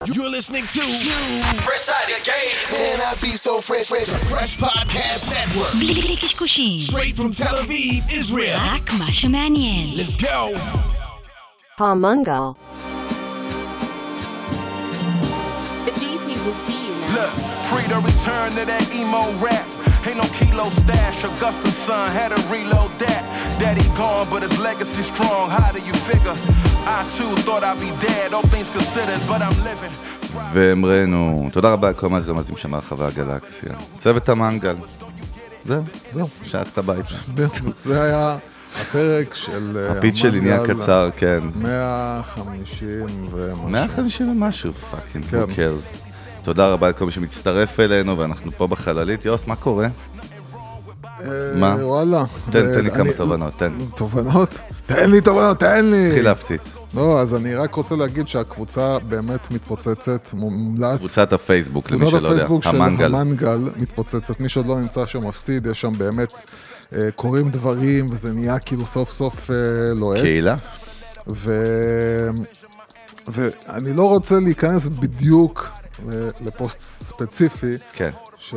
You're listening to Fresh Out the Game. Man, I be so fresh. Fresh Podcast Network. בלי קשקושים. Straight from Tel Aviv, Israel. רק מה שמעניין. Let's go. Palmungal. The GP will see you now. Look, free to return to that emo rap. Ain't no kilo stash. Augusta's son had to reload that. Daddy gone, but his legacy strong. How do you figure? I too thought I'd be dead. All things considered, but I'm living. ואמרנו, תודה רבה על כל מה זה לא מזים שמר חווה הגלקסיה. צוות המנגל. זהו, שייכת הביתה. זה היה הפרק של הפיץ שלי נהיה קצר, כן. 150 ומשהו. 150 ומשהו, פאקינג, who cares. תודה רבה על כל מי שמצטרף אלינו, ואנחנו פה בחללית. יוס, מה קורה? מה? וואלה. תן לי כמה תובנות, תן. תובנות? תן לי תובנות, תן לי! התחיל להפציץ. לא, אז אני רק רוצה להגיד שהקבוצה באמת מתפוצצת, מומלץ. קבוצת הפייסבוק, למי שלא יודע, המנגל. קבוצת הפייסבוק של המנגל מתפוצצת, מי שעוד לא נמצא שם מפסיד, יש שם באמת קוראים דברים, וזה נהיה כאילו סוף סוף לוהט. קהילה? ואני לא רוצה להיכנס בדיוק לפוסט ספציפי, כן.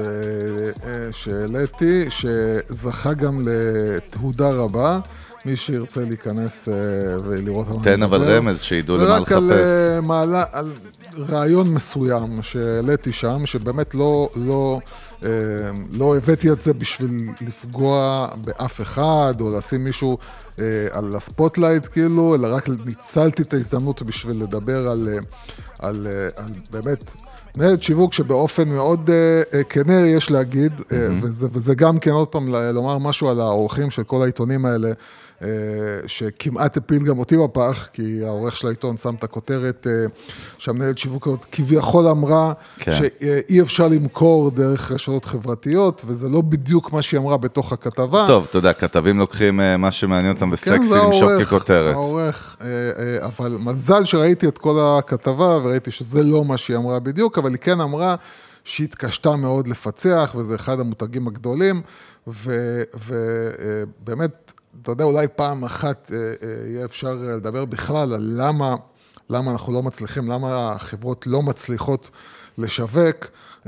שהעליתי, שזכה גם לתהודה רבה, מי שירצה להיכנס ולראות על מה תן אבל רמז, שידעו למה לחפש. ורק על רעיון מסוים שהעליתי שם, שבאמת לא הבאתי את זה בשביל לפגוע באף אחד, או לשים מישהו על הספוטלייט כאילו, אלא רק ניצלתי את ההזדמנות בשביל לדבר על באמת מנהלת שיווק שבאופן מאוד כנר יש להגיד, וזה גם כן עוד פעם לומר משהו על האורחים של כל העיתונים האלה, שכמעט הפיל גם אותי בפח, כי העורך של העיתון שם את הכותרת שהמנהלת שיווק כביכול אמרה שאי אפשר למכור דרך רשתות חברתיות, וזה לא בדיוק מה שהיא אמרה בתוך הכתבה. טוב, אתה יודע, כתבים לוקחים מה שמעניין אותם וסקסי למשוך ככותרת. העורך, אבל מזל שראיתי את כל הכתבה, וראיתי שזה לא מה שהיא אמרה בדיוק, אבל היא כן אמרה שהיא התקשתה מאוד לפצח, וזה אחד המותגים הגדולים, ובאמת, אתה יודע, אולי פעם אחת יהיה אפשר לדבר בכלל על למה אנחנו לא מצליחים, למה החברות לא מצליחות לשווק,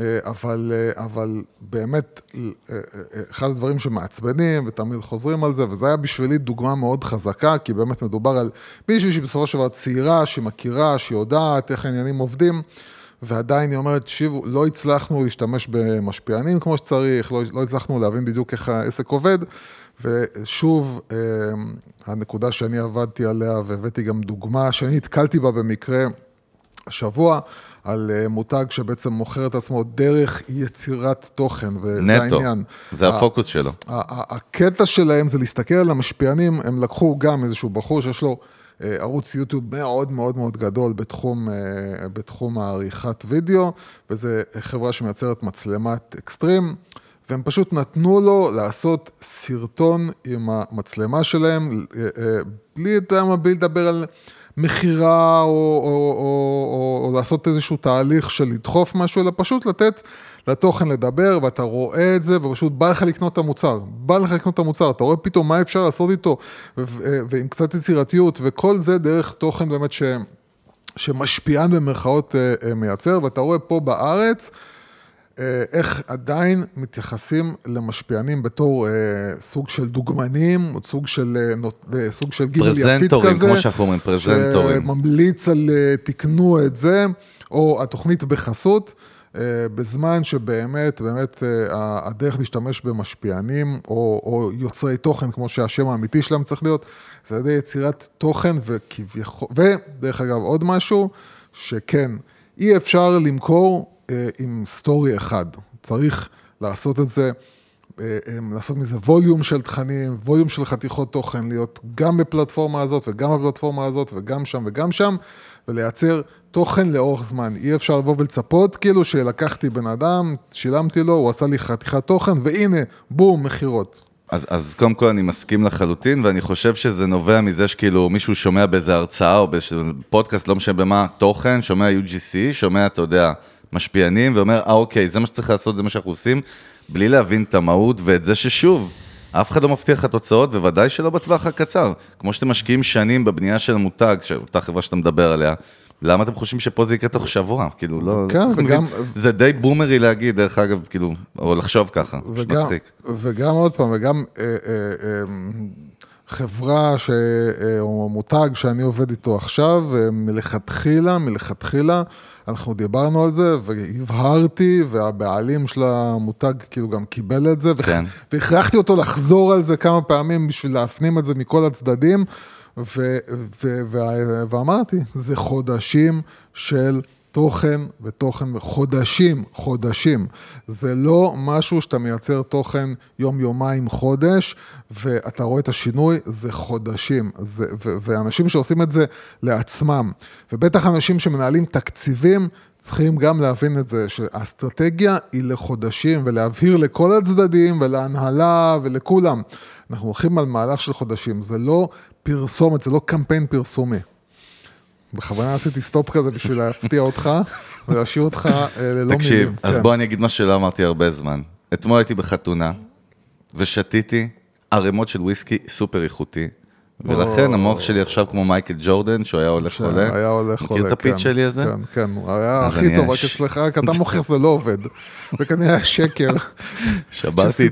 אבל באמת, אחד הדברים שמעצבנים ותמיד חוזרים על זה, וזה היה בשבילי דוגמה מאוד חזקה, כי באמת מדובר על מישהו שבסופו של דבר צעירה, שמכירה, שיודעת איך העניינים עובדים, ועדיין היא אומרת, שיבו, לא הצלחנו להשתמש במשפיענים כמו שצריך, לא הצלחנו להבין בדיוק איך העסק עובד, ושוב, הנקודה שאני עבדתי עליה, והבאתי גם דוגמה שאני התקלתי בה במקרה השבוע, על מותג שבעצם מוכר את עצמו דרך יצירת תוכן, וזה העניין. זה הפוקוס שלו. הקטע שלהם זה להסתכל על המשפיענים, הם לקחו גם איזשהו בחור שיש לו ערוץ יוטיוב מאוד מאוד מאוד גדול בתחום העריכת וידאו, וזה חברה שמייצרת מצלמת אקסטרים, והם פשוט נתנו לו לעשות סרטון עם המצלמה שלהם, בלי לדבר על מחירה, או לעשות איזשהו תהליך של לדחוף משהו, אלא פשוט לתת לתוכן לדבר, ואתה רואה את זה, ופשוט בא לך לקנות את המוצר, אתה רואה פתאום מה אפשר לעשות איתו, ועם קצת יצירתיות, וכל זה דרך תוכן באמת שמשפיען במרכאות מייצר, ואתה רואה פה בארץ, איך עדיין מתייחסים למשפיענים בתור סוג של דוגמנים, או סוג של גימל יפית כזה. פרזנטורים, כמו שאנחנו אומרים, פרזנטורים. שממליץ על תקנו את זה, או התוכנית בחסות, בזמן שבאמת, הדרך להשתמש במשפיענים, או יוצרי תוכן, כמו שהשם האמיתי שלהם צריך להיות, זה ידי יצירת תוכן, ודרך אגב עוד משהו, שכן, אי אפשר למכור עם סטורי אחד, צריך לעשות את זה, לעשות מזה ווליום של תכנים, ווליום של חתיכות תוכן, להיות גם בפלטפורמה הזאת וגם בפלטפורמה הזאת וגם שם וגם שם, ולייצר תוכן לאורך זמן. אי אפשר לבוא ולצפות, כאילו שלקחתי בן אדם, שילמתי לו, הוא עשה לי חתיכת תוכן, והנה, בום, מחירות. אז קודם כל אני מסכים לחלוטין, ואני חושב שזה נובע מזה שכאילו מישהו שומע באיזה הרצאה, או באיזה פודקאסט, לא משנה במה, תוכן, שומע UGC, שומע, אתה יודע, משפיענים, ואומר, אוקיי, זה מה שצריך לעשות, זה מה שאנחנו עושים, בלי להבין את המהות, ואת זה ששוב, אף אחד לא מבטיח התוצאות, וודאי שלא בטווח הקצר. כמו שאתם משקיעים שנים בבנייה של המותג, של אותה חברה שאתה מדבר עליה, למה אתם חושבים שפה זה יקרה תוך שבוע? כאילו, לא... כן, וגם... זה די בומרי להגיד, דרך אגב, כאילו, או לחשוב ככה, פשוט מצחיק. וגם עוד פעם, וגם חברה או מותג שאני עובד איתו עכשיו, מלכתחילה, אנחנו דיברנו על זה, והבהרתי, והבעלים של המותג כאילו גם קיבל את זה, והכרחתי אותו לחזור על זה כמה פעמים בשביל להפנים את זה מכל הצדדים, ואמרתי, זה חודשים של תוכן חודשים. זה לא משהו שאתה מייצר תוכן יום-יומיים חודש, ואתה רואה את השינוי, זה חודשים. ואנשים שעושים את זה לעצמם, ובטח אנשים שמנהלים תקציבים, צריכים גם להבין את זה, שהאסטרטגיה היא לחודשים, ולהבהיר לכל הצדדים, ולהנהלה, ולכולם. אנחנו הולכים על מהלך של חודשים, זה לא פרסומת, זה לא קמפיין פרסומי. בכוונה עשיתי סטופ כזה בשביל להפתיע אותך, ולהשאיר אותך ללא מילים. תקשיב, אז בוא אני אגיד מה שלא אמרתי הרבה זמן. אתמול הייתי בחתונה, ושתיתי ערימות של וויסקי סופר איכותי, ולכן המוח שלי עכשיו כמו מייקל ג'ורדן, שהוא היה הולך חולה. היה הולך חולה, מכיר את הפיץ שלי הזה? כן, הוא היה הכי טוב, רק אצלך, כי אתה מוכר זה לא עובד. זה כנראה שקר. שברתי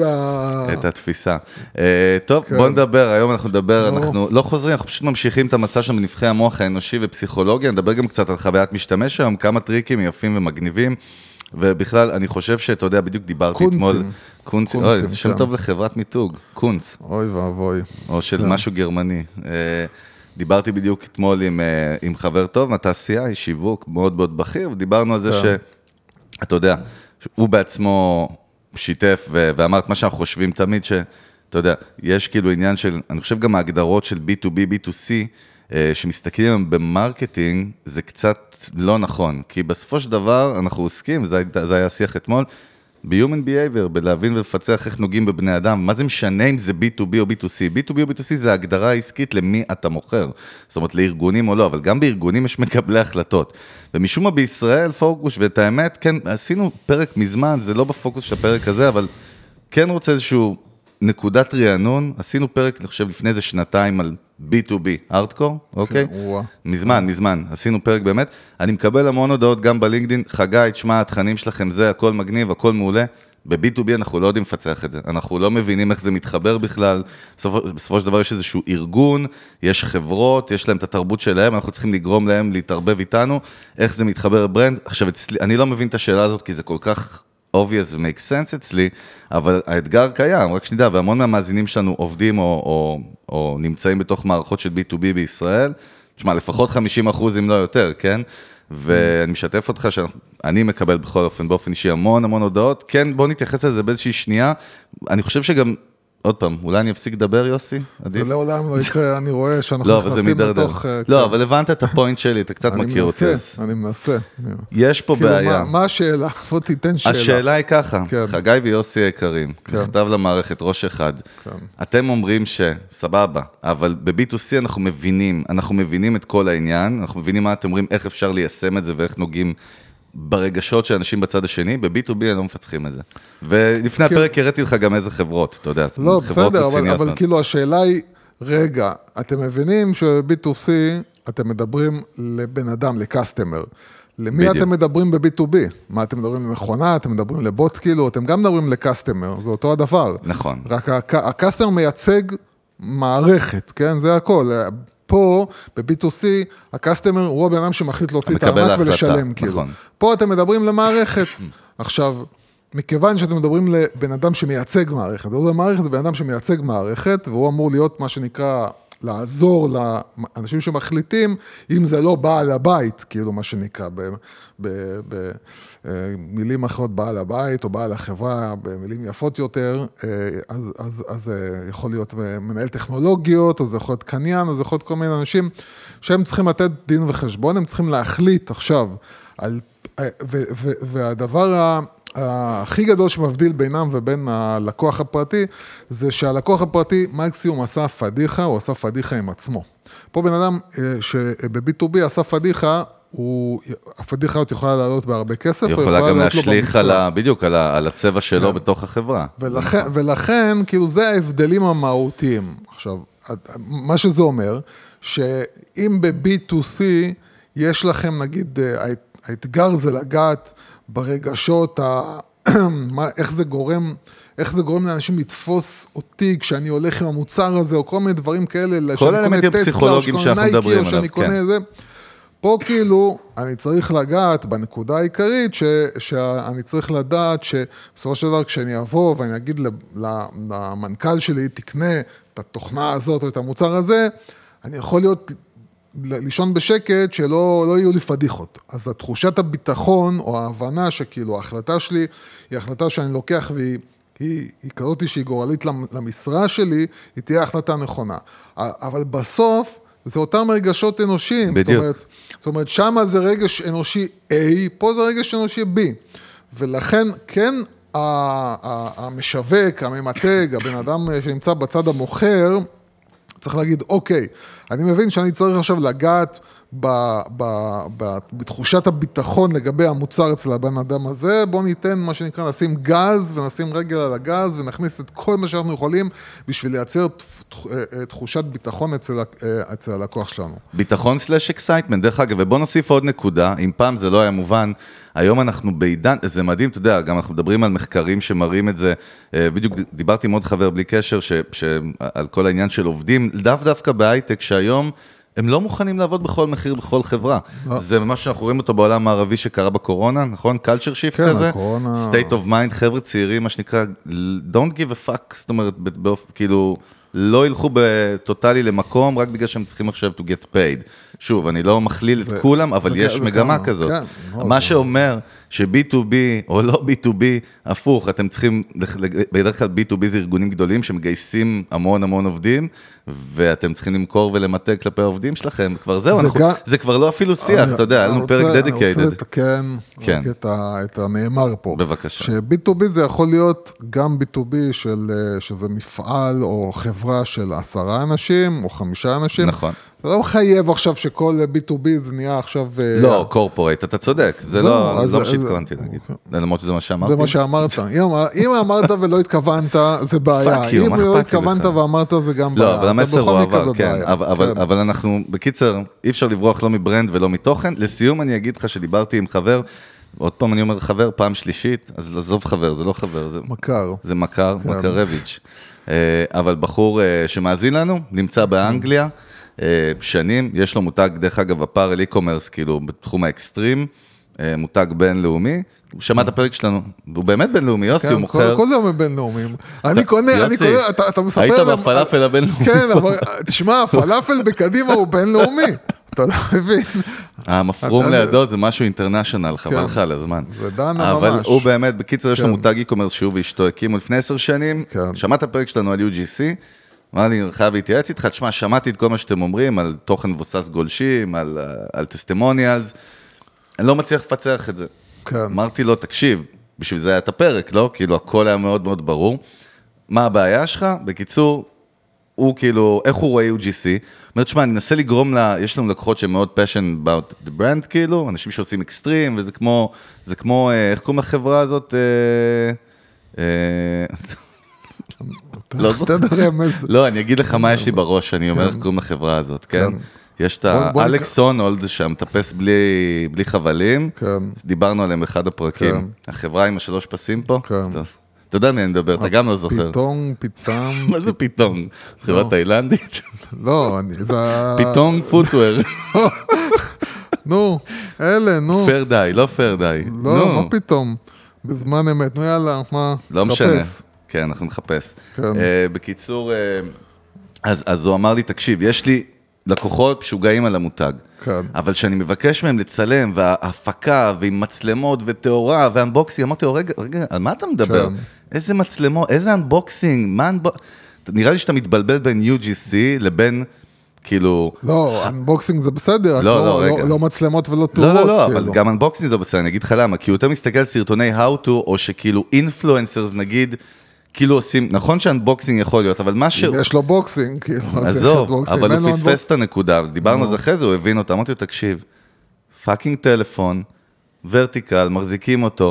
את התפיסה. טוב, בוא נדבר, היום אנחנו נדבר, אנחנו לא חוזרים, אנחנו פשוט ממשיכים את המסע של מנבחי המוח האנושי ופסיכולוגיה, נדבר גם קצת על חוויית משתמש היום, כמה טריקים יפים ומגניבים, ובכלל, אני חושב שאתה יודע, בדיוק דיברתי אתמול, קונצים, אוי, זה שם טוב לחברת מיתוג, קונץ. אוי ואבוי. או של משהו גרמני. דיברתי בדיוק אתמול עם חבר טוב, מהתעשייה, היא שיווק מאוד מאוד בכיר, ודיברנו על זה שאתה יודע, הוא בעצמו שיתף, ואמרת מה שאנחנו חושבים תמיד, שאתה יודע, יש כאילו עניין של, אני חושב גם ההגדרות של B2B, B2C, שמסתכלים במרקטינג, זה קצת לא נכון, כי בסופו של דבר אנחנו עוסקים, זה היה שיח אתמול, ב-human behavior, בלהבין ולפצח איך נוגעים בבני אדם, מה זה משנה אם זה B2B או B2C? B2B או B2C זה ההגדרה העסקית למי אתה מוכר, זאת אומרת לארגונים או לא, אבל גם בארגונים יש מקבלי החלטות, ומשום מה בישראל פוקוס, ואת האמת, כן, עשינו פרק מזמן, זה לא בפוקוס של הפרק הזה, אבל כן רוצה איזשהו נקודת רענון, עשינו פרק, אני חושב, לפני איזה שנתיים על B2B, ארטקור, אוקיי? מזמן, עשינו פרק באמת, אני מקבל המון הודעות גם בלינקדין, חגי, תשמע, התכנים שלכם זה, הכל מגניב, הכל מעולה, ב-B2B אנחנו לא יודעים לפצח את זה, אנחנו לא מבינים איך זה מתחבר בכלל, בסופו של דבר יש איזשהו ארגון, יש חברות, יש להם את התרבות שלהם, אנחנו צריכים לגרום להם להתערבב איתנו, איך זה מתחבר לברנד, עכשיו, אני לא מבין את השאלה הזאת, כי זה כל כך obvious ו-make sense אצלי, אבל האתגר קיים, רק שנדע, והמון מהמאזינים שלנו עובדים או נמצאים בתוך מערכות של B2B בישראל, תשמע, לפחות 50% אם לא יותר, כן? ואני משתף אותך שאני מקבל בכל אופן, באופן אישי המון הודעות, כן, בוא נתייחס לזה באיזושהי שנייה, אני חושב שגם, עוד פעם, אולי אני אפסיק לדבר, יוסי? זה לעולם לא יקרה, אני רואה שאנחנו נכנסים לתוך... לא, אבל הבנת את הפוינט שלי, אתה קצת מכיר אותי. אני מנסה. יש פה בעיה. מה השאלה? בוא תיתן שאלה. השאלה היא ככה, חגי ויוסי היקרים, נכתב למערכת ראש אחד, אתם אומרים שסבבה, אבל ב-B2C אנחנו מבינים את כל העניין, אנחנו מבינים מה אתם אומרים, איך אפשר ליישם את זה ואיך נוגעים ברגשות של אנשים בצד השני, ב-B2B הם לא מפצחים את זה. ולפני הפרק הראיתי לך גם איזה חברות, אתה יודע, לא, בסדר, אבל כאילו השאלה היא, רגע, אתם מבינים שב-B2C אתם מדברים לבן אדם, לקסטמר. למי אתם מדברים ב-B2B? מה אתם מדברים למכונה, אתם מדברים לבוט, כאילו, אתם גם מדברים לקסטמר, זה אותו הדבר. נכון. רק הקסטמר מייצג מערכת, כן? זה הכל. פה, ב-B2C, הקסטמר הוא הבן אדם שמחליט להוציא את הארנק ולשלם, כאילו. נכון. פה אתם מדברים למערכת. עכשיו, מכיוון שאתם מדברים לבן אדם שמייצג מערכת, זה לא מערכת, זה בן אדם שמייצג מערכת, והוא אמור להיות מה שנקרא, לעזור לאנשים שמחליטים, אם זה לא בעל הבית, כאילו מה שנקרא, במילים אחרות בעל הבית, או בעל החברה, במילים יפות יותר, אז יכול להיות מנהל טכנולוגיות, או זה יכול להיות קניין, או זה יכול להיות כל מיני אנשים, שהם צריכים לתת דין וחשבון, הם צריכים להחליט עכשיו, והדבר הכי גדול שמבדיל בינם ובין הלקוח הפרטי, זה שהלקוח הפרטי מקסימום עשה פדיחה, הוא עשה פדיחה עם עצמו. פה בן אדם שב-B2B עשה פדיחה, הפדיחה עוד יכולה לעלות בהרבה כסף. היא יכולה גם להשליך בדיוק על הצבע שלו בתוך החברה. ולכן, כאילו זה ההבדלים המהותיים. עכשיו, מה שזה אומר, שאם ב-B2C יש לכם, נגיד, האתגר זה לגעת ברגשות, איך זה גורם לאנשים לתפוס אותי כשאני הולך עם המוצר הזה, או כל מיני דברים כאלה, כל האלמנטים פסיכולוגיים שאנחנו מדברים עליו, כן. פה כאילו, אני צריך לגעת בנקודה העיקרית, שאני צריך לדעת שבסופו של דבר, כשאני אבוא ואני אגיד למנכ"ל שלי, תקנה את התוכנה הזאת או את המוצר הזה, אני יכול לישון בשקט שלא יהיו לי פדיחות. אז התחושת הביטחון או ההבנה שכאילו ההחלטה שלי היא החלטה שאני לוקח והיא כזאת שהיא גורלית למשרה שלי, היא תהיה החלטה נכונה. אבל בסוף זה אותם רגשות אנושיים. בדיוק. זאת אומרת, שמה זה רגש אנושי A, פה זה רגש אנושי B. ולכן כן המשווק, הממתג, הבן אדם שנמצא בצד המוכר, צריך להגיד, אוקיי, אני מבין שאני צריך עכשיו לגעת בתחושת הביטחון לגבי המוצר אצל הבן אדם הזה, בוא ניתן מה שנקרא, נשים גז ונשים רגל על הגז ונכניס את כל מה שאנחנו יכולים בשביל לייצר תחושת ביטחון אצל הלקוח שלנו. ביטחון סלש אקסייטמנט, דרך אגב, ובוא נוסיף עוד נקודה, אם פעם זה לא היה מובן, היום אנחנו בעידן, זה מדהים, אתה יודע, גם אנחנו מדברים על מחקרים שמראים את זה, בדיוק דיברתי עם עוד חבר בלי קשר, על כל העניין של עובדים, דווקא בהייטק, שהיום הם לא מוכנים לעבוד בכל מחיר, בכל חברה. זה ממש שאנחנו רואים אותו בעולם הערבי שקרה בקורונה, נכון? culture shift כזה. state of mind, חבר'ה צעירים, מה שנקרא, don't give a fuck, זאת אומרת, כאילו, לא ילכו בטוטלי למקום, רק בגלל שהם צריכים עכשיו to get paid. שוב, אני לא מכליל את כולם, אבל יש מגמה כזאת. מה שאומר ש-B2B או לא B2B, הפוך, אתם צריכים, בדרך כלל B2B זה ארגונים גדולים שמגייסים המון המון עובדים, ואתם צריכים למכור ולמתג כלפי העובדים שלכם. כבר זהו, זה כבר לא אפילו שיח, אתה יודע, היה לנו פרק dedicated. אני רוצה לתקן את הנאמר פה. בבקשה. ש-B2B זה יכול להיות גם B2B שזה מפעל או חברה של 10 אנשים או 5 אנשים. נכון. זה לא מחייב עכשיו שכל B2B זה נהיה עכשיו... לא, קורפורט, אתה צודק, זה לא שהתכוונתי להגיד, למרות שזה מה שאמרתי. זה מה שאמרת, אם אמרת ולא התכוונת, זה בעיה, אם לא התכוונת ואמרת זה גם בעיה. לא, אבל המסר הוא עבר, כן, אבל אנחנו, בקיצר, אי אפשר לברוח לא מברנד ולא מתוכן, לסיום אני אגיד לך שדיברתי עם חבר, עוד פעם אני אומר חבר, פעם שלישית, אז לעזוב חבר, זה לא חבר, זה מכר, מכרביץ', אבל בחור שמאזין לנו, נמצא באנגליה, שנים, יש לו מותג, דרך אגב, הפארל אי-קומרס, כאילו, בתחום האקסטרים, מותג בינלאומי, הוא שמע את הפרק שלנו, הוא באמת בינלאומי, יוסי, הוא מוכר... כל יום בינלאומיים. אני קונה, אתה מספר... היית בפלאפל הבינלאומי. כן, אבל תשמע, הפלאפל בקדימה הוא בינלאומי, אתה לא מבין. המפרום לידו זה משהו אינטרנשיונל, חבל לך על הזמן. זה דנה ממש. אבל הוא באמת, בקיצר, יש לו מותג אי-קומרס שהוא ואשתו הקימו לפני 10 שנים, שמע את הפרק שלנו על UGC, אמר לי, חייב להתייעץ איתך, תשמע, שמעתי את כל מה שאתם אומרים, על תוכן מבוסס גולשים, על טסטימוניאלס, אני לא מצליח לפצח את זה. כן. אמרתי לו, תקשיב, בשביל זה היה את הפרק, לא? כאילו, הכל היה מאוד מאוד ברור. מה הבעיה שלך? בקיצור, הוא כאילו, איך הוא רואה UGC? אומר, תשמע, אני אנסה לגרום יש לנו לקוחות שהם מאוד passion about the brand, כאילו, אנשים שעושים אקסטרים, וזה כמו, איך קוראים לחברה הזאת? לא, אני אגיד לך מה יש לי בראש, אני אומר איך קוראים לחברה הזאת, כן? יש את אלכס הונולד שמטפס בלי חבלים, דיברנו עליהם באחד הפרקים, החברה עם 3 פסים פה, אתה יודע מי אני מדבר, אתה גם לא זוכר. פיתום. מה זה פיתום? חברה תאילנדית? לא, זה... פיתום פוטוור. נו, אלה, נו. פייר די, לא פייר די. לא, מה פתאום? בזמן אמת, נו יאללה, מה? לא משנה. כן, אנחנו נחפש. בקיצור, אז הוא אמר לי, תקשיב, יש לי לקוחות משוגעים על המותג, אבל שאני מבקש מהם לצלם, וההפקה, ועם מצלמות, ותאורה, ואנבוקסינג, אמרתי לו, רגע, על מה אתה מדבר? איזה מצלמות, איזה אנבוקסינג, נראה לי שאתה מתבלבל בין UGC לבין, כאילו... לא, אנבוקסינג זה בסדר, לא מצלמות ולא תאורות. לא, אבל גם אנבוקסינג זה בסדר, אני אגיד לך למה, כי הוא יותר מסתכל על סרטוני how to, או שכאילו אינפלואנסרס, נגיד, כאילו עושים, נכון שאנבוקסינג יכול להיות, אבל משהו... יש לו בוקסינג, כאילו. עזוב, אבל הוא פספס את הנקודה, דיברנו על זה אחרי זה, הוא הבין אותה, אמרתי לו, תקשיב, פאקינג טלפון, ורטיקל, מחזיקים אותו,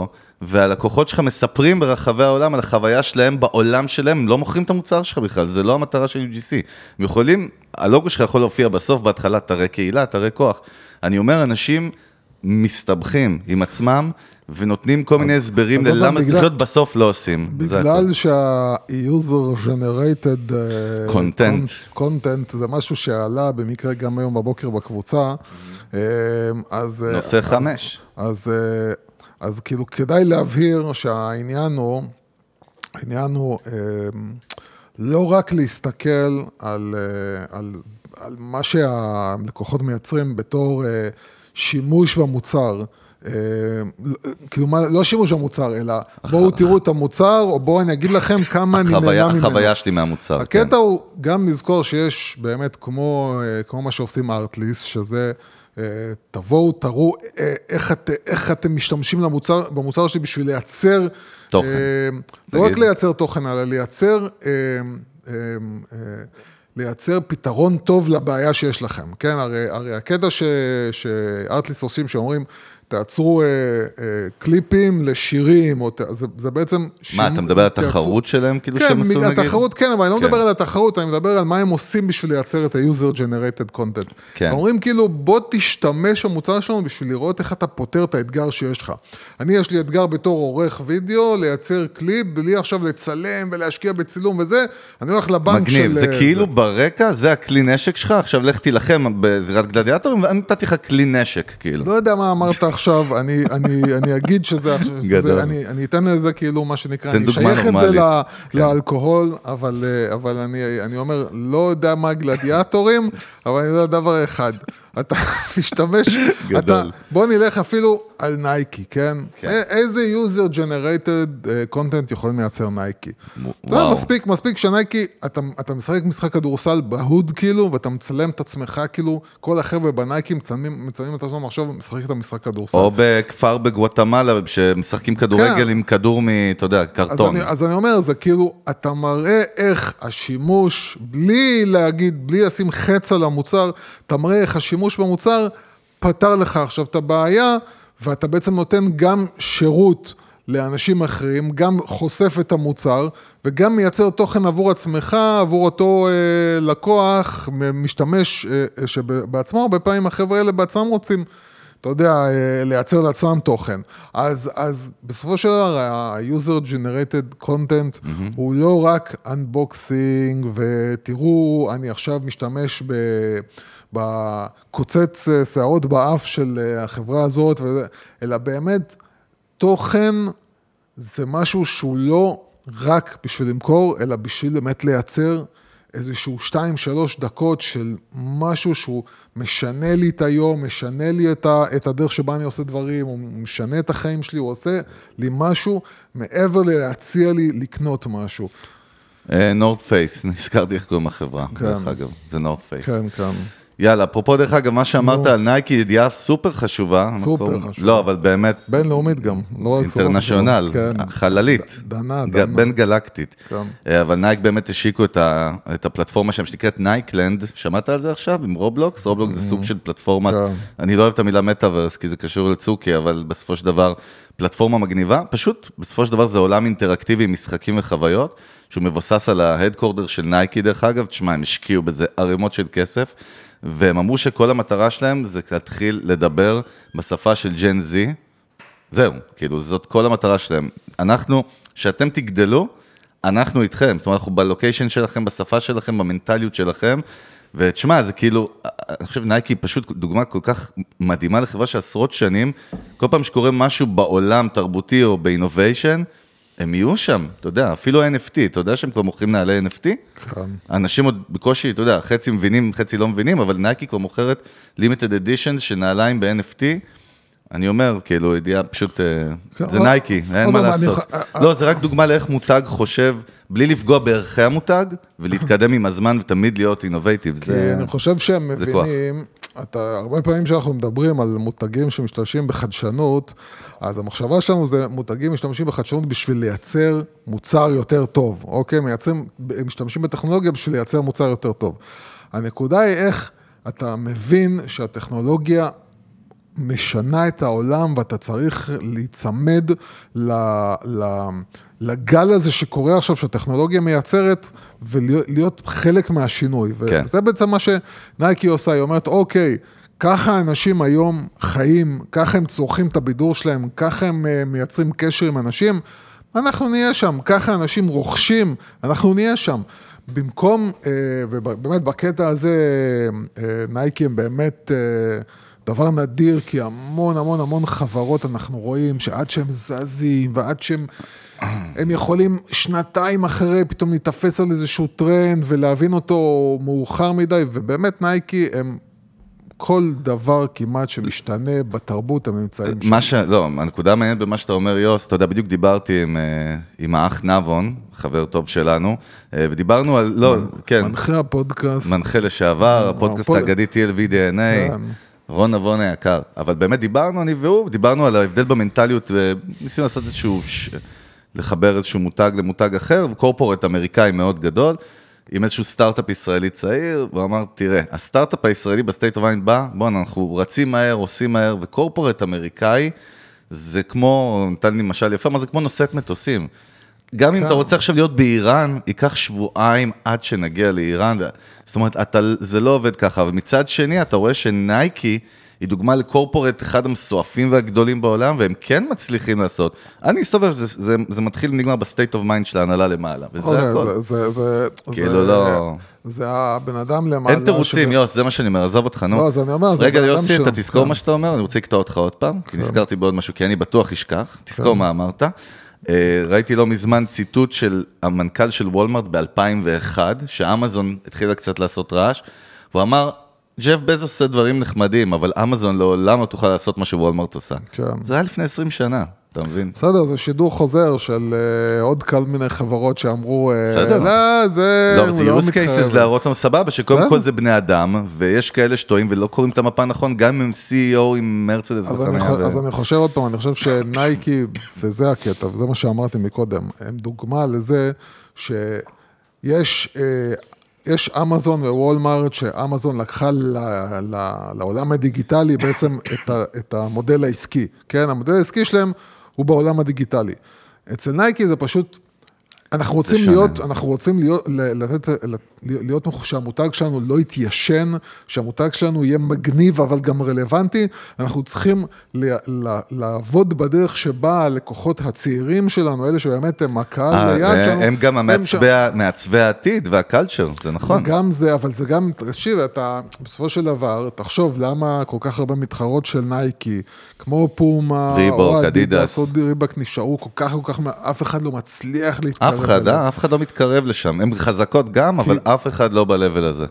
והלקוחות שלך מספרים ברחבי העולם על החוויה שלהם בעולם שלהם, הם לא מוכרים את המוצר שלך בכלל, זה לא המטרה של UGC. הם יכולים, הלוגו שלך יכול להופיע בסוף, בהתחלה תראה קהילה, תראה כוח. אני אומר, אנשים מסתבכים עם עצמם, ונותנים כל מיני הסברים ללמה זה להיות בסוף לא עושים. בגלל שה-user generated content זה משהו שעלה במקרה גם היום בבוקר בקבוצה, נושא 5. אז כאילו כדאי להבהיר שהעניין הוא לא רק להסתכל על מה שהלקוחות מייצרים בתור שימוש במוצר, כאילו לא שימוש במוצר, אלא בואו תראו את המוצר, או בואו אני אגיד לכם כמה אני נהנה ממנו. החוויה שלי מהמוצר. הקטע הוא גם לזכור שיש באמת כמו מה שעושים ארטליסט, שזה תבואו, תראו איך אתם משתמשים במוצר שלי בשביל לייצר תוכן. לא רק לייצר תוכן, אלא לייצר פתרון טוב לבעיה שיש לכם, כן? הרי הקטע שארטליסט עושים שאומרים, תעצרו קליפים לשירים, זה בעצם... מה, אתה מדבר על התחרות שלהם? כן, התחרות, כן, אבל אני לא מדבר על התחרות, אני מדבר על מה הם עושים בשביל לייצר את ה-user generated content. אומרים כאילו, בוא תשתמש במוצר שלנו בשביל לראות איך אתה פותר את האתגר שיש לך. יש לי אתגר בתור עורך וידאו, לייצר קליפ, בלי עכשיו לצלם ולהשקיע בצילום וזה, אני הולך לבנק של... מגניב, זה כאילו ברקע, זה הכלי נשק שלך, עכשיו לך תילחם בזירת גלדיאטורים, ואני נתתי לך כלי נשק, כאילו. לא יודע מה אמרת עכשיו, אני אגיד שזה, אני אתן לזה כאילו מה שנקרא, אני שייך את זה לאלכוהול, אבל אני אומר, לא יודע מה גלדיאטורים, אבל אני יודע דבר אחד, אתה משתמש, בוא נלך אפילו על נייקי, כן? איזה user generated content יכולים לייצר נייקי? מספיק שנייקי, אתה משחק משחק כדורסל בהוד כאילו, ואתה מצלם את עצמך כאילו, כל החבר'ה בנייקי מצלמים את עצמם עכשיו, משחק את המשחק כדורסל. או בכפר בגואטמלה, שמשחקים כדורגל עם כדור אתה יודע, קרטון. אז אני אומר, זה כאילו, אתה מראה איך השימוש, בלי להגיד, בלי לשים חץ על המוצר, אתה מראה איך השימוש במוצר פתר לך עכשיו את הבעיה, ואתה בעצם נותן גם שירות לאנשים אחרים, גם חושף את המוצר, וגם מייצר תוכן עבור עצמך, עבור אותו לקוח, משתמש שבעצמו, הרבה פעמים החבר'ה האלה בעצמם רוצים, אתה יודע, לייצר לעצמם תוכן. אז בסופו של דבר, ה-user generated content הוא לא רק unboxing, ותראו, אני עכשיו משתמש בקוצץ שערות באף של החברה הזאת, אלא באמת תוכן זה משהו שהוא לא רק בשביל למכור, אלא בשביל באמת לייצר איזשהו 2-3 דקות של משהו שהוא משנה לי את היום, משנה לי את הדרך שבה אני עושה דברים, הוא משנה את החיים שלי, הוא עושה לי משהו מעבר להציע לי לקנות משהו. נורד פייס, נזכרתי איך קוראים החברה, דרך אגב, זה נורד פייס. כן, כן. יאללה, אפרופו דרך אגב, מה שאמרת על נייקי, ידיעה סופר חשובה. סופר חשובה. לא, אבל באמת... בינלאומית גם. אינטרנשיונל, חללית. דנה. בין גלקטית. אבל נייק באמת השיקו את הפלטפורמה שם, שנקראת נייקלנד. שמעת על זה עכשיו? עם רובלוקס? רובלוקס זה סוג של פלטפורמה. אני לא אוהב את המילה מטאברס, כי זה קשור לצוקי, אבל בסופו של דבר, פלטפורמה מגניבה. פשוט, בסופו של דבר זה עולם אינטראקטיבי, משחקים וחוויות, שהוא מבוסס על ההדקורדר של נייקי, דרך אגב. תשמע, הם השקיעו בזה ערימות של כסף. והם אמרו שכל המטרה שלהם זה להתחיל לדבר בשפה של ג'ן זי, זהו, כאילו זאת כל המטרה שלהם. אנחנו, שאתם תגדלו, אנחנו איתכם, זאת אומרת, אנחנו בלוקיישן שלכם, בשפה שלכם, במנטליות שלכם, ותשמע, זה כאילו, אני חושב, נייקי פשוט דוגמה כל כך מדהימה לחברה שעשרות שנים, כל פעם שקורה משהו בעולם תרבותי או באינוביישן, הם יהיו שם, אתה יודע, אפילו NFT, אתה יודע שהם כבר מוכרים נעלי NFT? כן. אנשים עוד בקושי, אתה יודע, חצי מבינים, חצי לא מבינים, אבל נייקי כבר מוכרת limited editions שנעליים ב-NFT, אני אומר, כאילו, ידיעה פשוט, זה נייקי, אין מה לעשות. לא, זה רק דוגמה לאיך מותג חושב, בלי לפגוע בערכי המותג, ולהתקדם עם הזמן ותמיד להיות אינובייטיב. כי אני חושב שהם מבינים, הרבה פעמים שאנחנו מדברים על מותגים שמשתמשים בחדשנות, אז המחשבה שלנו זה מותגים משתמשים בחדשנות בשביל לייצר מוצר יותר טוב, אוקיי? משתמשים בטכנולוגיה בשביל לייצר מוצר יותר טוב. הנקודה היא איך אתה מבין שהטכנולוגיה משנה את העולם, ואתה צריך להיצמד לגל הזה שקורה עכשיו, שהטכנולוגיה מייצרת, ולהיות חלק מהשינוי. כן. וזה בעצם מה שנייקי עושה, היא אומרת, אוקיי, ככה אנשים היום חיים, ככה הם צורכים את הבידור שלהם, ככה הם מייצרים קשר עם אנשים, אנחנו נהיה שם, ככה אנשים רוכשים, אנחנו נהיה שם. במקום, ובאמת בקטע הזה, נייקי הם באמת דבר נדיר, כי המון המון המון חברות אנחנו רואים, שעד שהם זזים, ועד שהם יכולים שנתיים אחרי פתאום להתאפס על איזשהו טרנד, ולהבין אותו מאוחר מדי, ובאמת נייקי הם כל דבר כמעט שמשתנה בתרבות הם נמצאים שם. לא, הנקודה מעניינת במה שאתה אומר, יוס, אתה יודע, בדיוק דיברתי עם האח נבון, חבר טוב שלנו, ודיברנו על, לא, כן. מנחה הפודקאסט. מנחה לשעבר, הפודקאסט האגדי TLV-DNA, רון נבון היקר. אבל באמת דיברנו, אני והוא, דיברנו על ההבדל במנטליות, וניסינו לעשות איזשהו, לחבר איזשהו מותג למותג אחר, קורפורט אמריקאי מאוד גדול, עם איזשהו סטארט-אפ ישראלי צעיר, והוא אמר, תראה, הסטארט-אפ הישראלי בסטייט אוף מיינד בא, בואו, אנחנו רצים מהר, עושים מהר, וקורפורט אמריקאי, זה כמו, נתן לי משל יפה, מה זה כמו נושאת מטוסים. גם אם אתה רוצה עכשיו להיות באיראן, ייקח שבועיים עד שנגיע לאיראן, זאת אומרת, זה לא עובד ככה, אבל מצד שני, אתה רואה שנייקי, היא דוגמה לקורפורט אחד המסועפים והגדולים בעולם, והם כן מצליחים לעשות. אני סובר שזה מתחיל ונגמר בסטייט אוף מיינד של ההנהלה למעלה, וזה הכל. כאילו לא... זה הבן אדם למעלה... אין תירוצים, יוס, זה מה שאני אומר, עזוב אותך, נו. לא, אז אני אומר, רגע, יוסי, אתה תזכור מה שאתה אומר, אני רוצה לקטוע אותך עוד פעם, כי נזכרתי בעוד משהו, כי אני בטוח אשכח, תזכור מה אמרת. ראיתי לא מזמן ציטוט של המנכ"ל של וולמרט ב-2001, שאמזון התחילה קצת לעשות רעש, והוא אמר, ג'ף בזוס עושה דברים נחמדים, אבל אמזון לעולם לא תוכל לעשות מה שוולמרט עושה. זה היה לפני 20 שנה, אתה מבין? בסדר, זה שידור חוזר של עוד כל מיני חברות שאמרו, לא, זה use cases להראות לנו סבבה, שקודם כל זה בני אדם, ויש כאלה שטועים ולא קוראים את המפה נכון, גם עם CEO, עם מרצדס וחניה. אז אני חושב עוד פעם, אני חושב שנייקי, וזה הקטע, וזה מה שאמרתי מקודם, הם דוגמה לזה יש אמזון ווולמרט, שאמזון לקחה לעולם הדיגיטלי בעצם את המודל העסקי, כן? המודל העסקי שלהם הוא בעולם הדיגיטלי. אצל נייקי זה פשוט, אנחנו רוצים להיות שהמותג שלנו לא יתיישן, שהמותג שלנו יהיה מגניב אבל גם רלוונטי, אנחנו צריכים לעבוד בדרך שבה הלקוחות הצעירים שלנו, אלה שבאמת הם הקהל ליד שלנו. הם גם מעצבי העתיד והקלצ'ר, זה נכון. זה גם זה, אבל זה גם, תקשיב, אתה בסופו של דבר, תחשוב למה כל כך הרבה מתחרות של נייקי, כמו פומה, ריבוק, אדידס, ריבוק נשארו כל כך, אף אחד לא מצליח להתקרב. אף אחד לא מתקרב לשם, הן חזקות גם, אבל אף אחד לא בלבל הזה.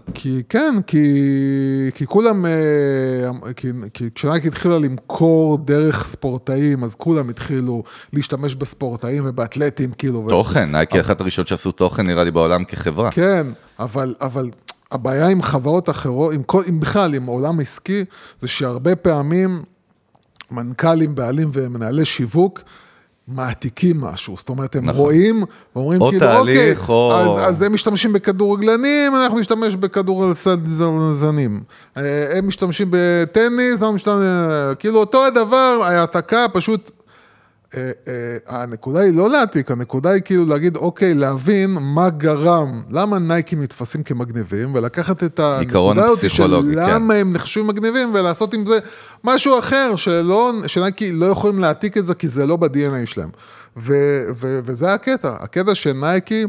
כי כולם, כשנייקי התחילה למכור דרך ספורטאים, אז כולם התחילו להשתמש בספורטאים ובאתלטים, כאילו. תוכן, נייקי אחת הראשונות שעשו תוכן, נראה לי בעולם כחברה. כן, אבל הבעיה עם חברות אחרות, בכלל, עם עולם עסקי, זה שהרבה פעמים מנכ"לים, בעלים ומנהלי שיווק, מעתיקים משהו, זאת אומרת, הם רואים, ואומרים כאילו, אוקיי, אז הם משתמשים בכדורגלנים, אנחנו נשתמש בכדורסלנים, הם משתמשים בטניס, כאילו אותו הדבר, ההעתקה פשוט, הנקודה היא לא להעתיק, הנקודה היא כאילו להגיד, אוקיי, להבין מה גרם, למה נייקי מתפסים כמגניבים, ולקחת את הנקודה הזאת של למה הם נחשבים מגניבים, ולעשות עם זה משהו אחר, שנייקי לא יכולים להעתיק את זה, כי זה לא ב-DNA שלהם. וזה הקטע שנייקי,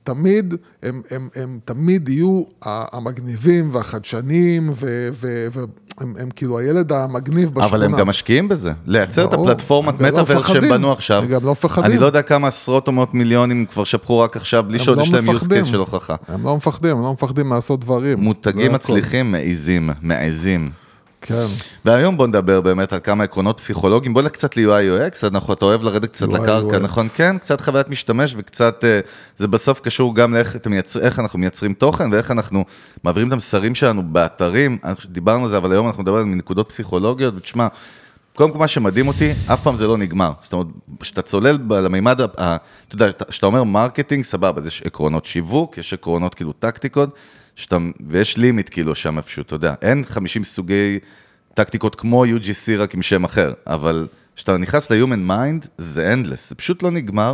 הם תמיד יהיו המגניבים והחדשנים, והם כאילו הילד המגניב בשכונה. אבל הם גם משקיעים בזה, לייצר את הפלטפורמת מטאברס שהם בנו עכשיו. הם גם לא מפחדים. אני לא יודע כמה עשרות או מאות מיליונים כבר שפכו רק עכשיו, בלי שעוד יש להם use case של הוכחה. הם לא מפחדים לעשות דברים. מותגים מצליחים, מעזים. כן. והיום בוא נדבר באמת על כמה עקרונות פסיכולוגיים, בוא קצת ל-UI/UX, אתה אוהב לרדת קצת לקרקע, נכון? כן, קצת חוויית משתמש וקצת, זה בסוף קשור גם לאיך אנחנו מייצרים תוכן, ואיך אנחנו מעבירים את המסרים שלנו באתרים, דיברנו על זה, אבל היום אנחנו מדברים על נקודות פסיכולוגיות, ותשמע, קודם כל מה שמדהים אותי, אף פעם זה לא נגמר, זאת אומרת, כשאתה צולל למימד, אתה יודע, כשאתה אומר מרקטינג, סבבה, אז יש עקרונות שיווק, יש עקרונות כאילו טקטיקות, ויש לימיט כאילו שם איפשהו, אתה יודע, אין 50 סוגי טקטיקות כמו UGC רק עם שם אחר, אבל כשאתה נכנס ל-Human Mind, זה endless, זה פשוט לא נגמר,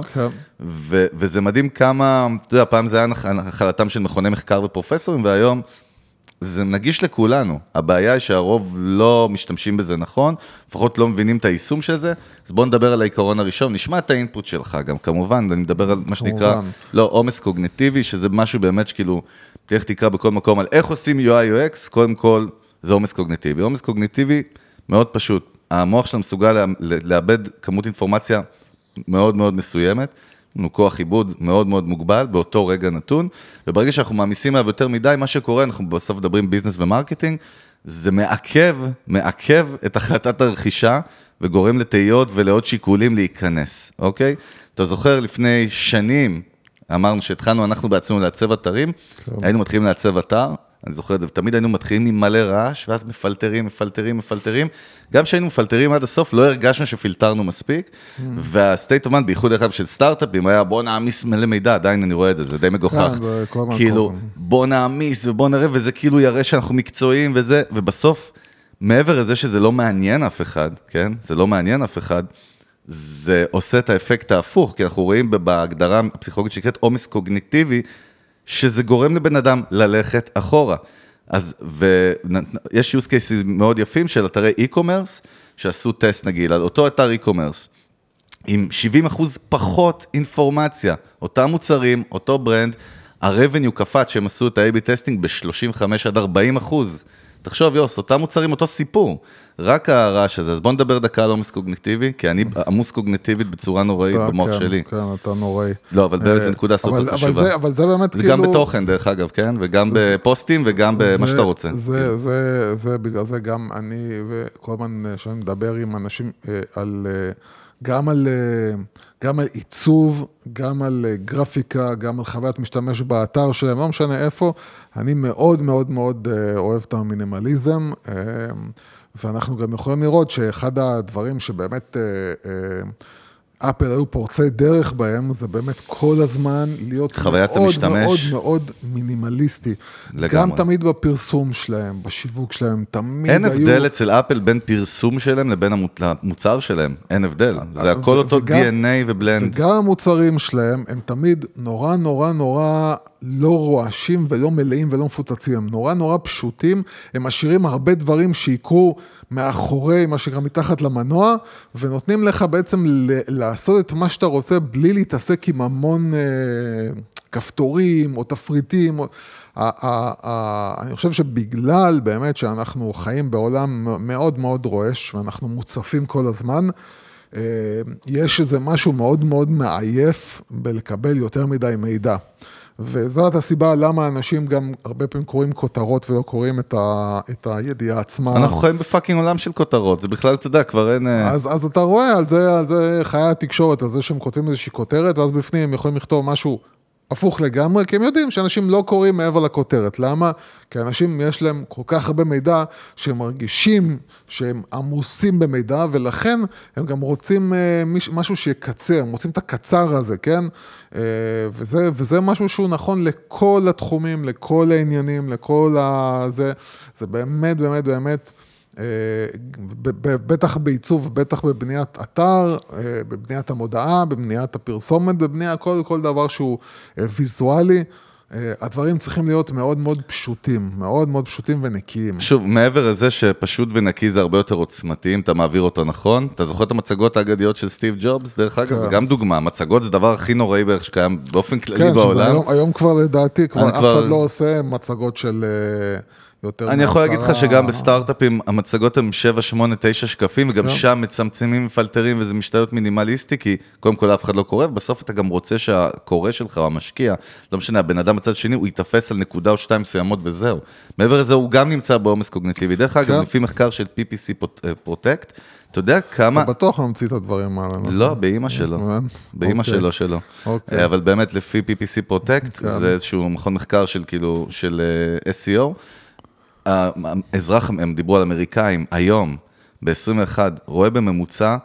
וזה מדהים כמה, אתה יודע, פעם זה היה נחלתם של מכוני מחקר ופרופסורים, והיום זה נגיש לכולנו. הבעיה היא שהרוב לא משתמשים בזה נכון, לפחות לא מבינים את היישום של זה, אז בואו נדבר על העיקרון הראשון, נשמע את האינפוט שלך גם, כמובן, אני מדבר על מה שנקרא, לא, עומס קוגניטיבי, שזה משהו באמת שכאילו, תלך תקרא בכל מקום על איך עושים UI UX, קודם כל, זה עומס קוגניטיבי. עומס קוגניטיבי מאוד פשוט, המוח שלנו מסוגל לאבד כמות אינפורמציה מאוד מאוד מסוימת, לנו כוח עיבוד מאוד מאוד מוגבל, באותו רגע נתון, וברגע שאנחנו מעמיסים עליו יותר מדי, מה שקורה, אנחנו בסוף מדברים ביזנס ומרקטינג, זה מעכב את החלטת הרכישה, וגורם לתהיות ולעוד שיקולים להיכנס, אוקיי? אתה זוכר, לפני שנים, אמרנו שהתחלנו אנחנו בעצמנו לעצב אתרים, היינו מתחילים לעצב אתר, אני זוכר את זה, ותמיד היינו מתחילים עם מלא רעש, ואז מפלטרים, גם שהיינו מפלטרים עד הסוף, לא הרגשנו שפילטרנו מספיק, והסטייט אוף מיינד, בייחוד אחד של סטארט-אפים, היה בוא נעמיס מלא מידע, עדיין אני רואה את זה, זה די מגוחך, כאילו בוא נעמיס ובוא נראה, וזה כאילו יראה שאנחנו מקצועיים וזה, ובסוף, מעבר לזה שזה לא מעניין אף אחד, כן? זה לא מעניין אף אחד, זה עושה את האפקט ההפוך, כי אנחנו רואים בהגדרה הפסיכולוגית שנקראת עומס קוגניטיבי, שזה גורם לבן אדם ללכת אחורה. אז, ויש use cases מאוד יפים של אתרי e-commerce, שעשו טסט נגיד, על אותו אתר e-commerce, עם 70% פחות אינפורמציה, אותם מוצרים, אותו ברנד, ה-revenue קפץ שהם עשו את ה-A/B טסטינג ב-35-40%. תחשוב, יוס, אותם מוצרים, אותו סיפור, רק הרעש הזה. אז בוא נדבר דקה על עומס קוגניטיבי, כי אני עמוס קוגניטיבית בצורה נוראית במוח שלי. כן, אתה נוראי. לא, אבל באמת זו נקודה סופר חשובה. אבל זה באמת כאילו... וגם בתוכן, דרך אגב, כן? וגם בפוסטים וגם במה שאתה רוצה. זה בגלל זה גם אני, וכל הזמן שאני מדבר עם אנשים גם על עיצוב, גם על גרפיקה, גם על חוויית משתמש באתר שלהם, לא משנה איפה, אני מאוד מאוד מאוד אוהב את המינימליזם, ואנחנו גם יכולים לראות שאחד הדברים שבאמת אפל היו פורצי דרך בהם, זה באמת כל הזמן להיות מאוד מאוד מאוד מינימליסטי. גם תמיד בפרסום שלהם, בשיווק שלהם, תמיד היו... אין הבדל אצל אפל בין פרסום שלהם לבין המוצר שלהם, אין הבדל. זה הכל אותו DNA ובלנד. וגם המוצרים שלהם, הם תמיד נורא נורא נורא לא רועשים ולא מלאים ולא מפוצצים, הם נורא נורא פשוטים, הם משאירים הרבה דברים שיקרו מאחורי, מה שנקרא מתחת למנוע, ונותנים לך בעצם לעשות את מה שאתה רוצה, בלי להתעסק עם המון כפתורים או תפריטים. אני חושב שבגלל באמת שאנחנו חיים בעולם מאוד מאוד רועש, ואנחנו מוצפים כל הזמן, יש איזה משהו מאוד מאוד מעייף בלקבל יותר מדי מידע. וזאת הסיבה למה אנשים גם הרבה פעמים קוראים כותרות ולא קוראים את הידיעה עצמה. אנחנו חיים בפאקינג עולם של כותרות, זה בכלל, אתה יודע, כבר אין... אז אתה רואה על זה חיי התקשורת, על זה שהם כותבים איזושהי כותרת, ואז בפנים הם יכולים לכתוב משהו הפוך לגמרי, כי הם יודעים שאנשים לא קוראים מעבר לכותרת. למה? כי אנשים יש להם כל כך הרבה מידע, שהם מרגישים שהם עמוסים במידע, ולכן הם גם רוצים משהו שיקצר, הם רוצים את הקצר הזה, כן? וזה משהו שהוא נכון לכל התחומים, לכל העניינים, לכל הזה. זה באמת, באמת, באמת, בטח בעיצוב, בטח בבניית אתר, בבניית המודעה, בבניית הפרסומת, בבניית כל דבר שהוא ויזואלי, הדברים צריכים להיות מאוד מאוד פשוטים, מאוד מאוד פשוטים ונקיים. שוב, מעבר לזה שפשוט ונקי זה הרבה יותר עוצמתיים, אתה מעביר אותו נכון, אתה זוכר את המצגות האגדיות של סטיב ג'ובס, דרך אגב, זה גם דוגמה, מצגות זה דבר הכי נוראי בערך שקיים באופן כללי בעולם. כן, היום כבר לדעתי, כבר אף אחד לא עושה מצגות של... אני יכול להגיד לך שגם בסטארט-אפים המצגות הן 7, 8, 9 שקפים, וגם שם מצמצמים מפלטרים, וזה משתיות מינימליסטי, כי קודם כל אף אחד לא קורא, ובסוף אתה גם רוצה שהקורא שלך, או המשקיע, לא משנה, הבן אדם בצד שני, הוא יתפס על נקודה או שתיים מסוימות וזהו. מעבר לזה, הוא גם נמצא בעומס קוגניטיבי. דרך אגב, לפי מחקר של PPC Protect, אתה יודע כמה... אתה בטוח ממציא את הדברים האלה. לא, באמא שלו. באמא שלו. אבל באמת, לפי PPC Protect, זה איזשהו מכון מחקר של כאילו, של SEO. האזרח, הם דיברו על אמריקאים, היום, ב-21, רואה בממוצע,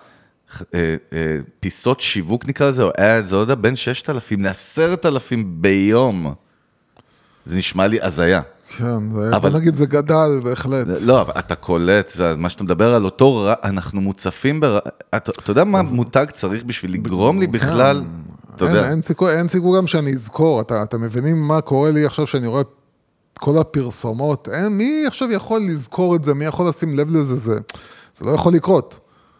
פיסות שיווק נקרא לזה, או זה עוד בין 6,000 ל-10,000 ביום. זה נשמע לי הזיה. כן, בוא נגיד זה גדל בהחלט. לא, אבל אתה קולט, מה שאתה מדבר על אותו, אנחנו מוצפים, אתה יודע מה מותג צריך בשביל לגרום לי בכלל? אין סיכוי גם שאני אזכור, אתה מבינים מה קורה לי עכשיו שאני רואה כל הפרסומות, מי עכשיו יכול לזכור את זה, מי יכול לשים לב לזה, זה לא יכול לקרות.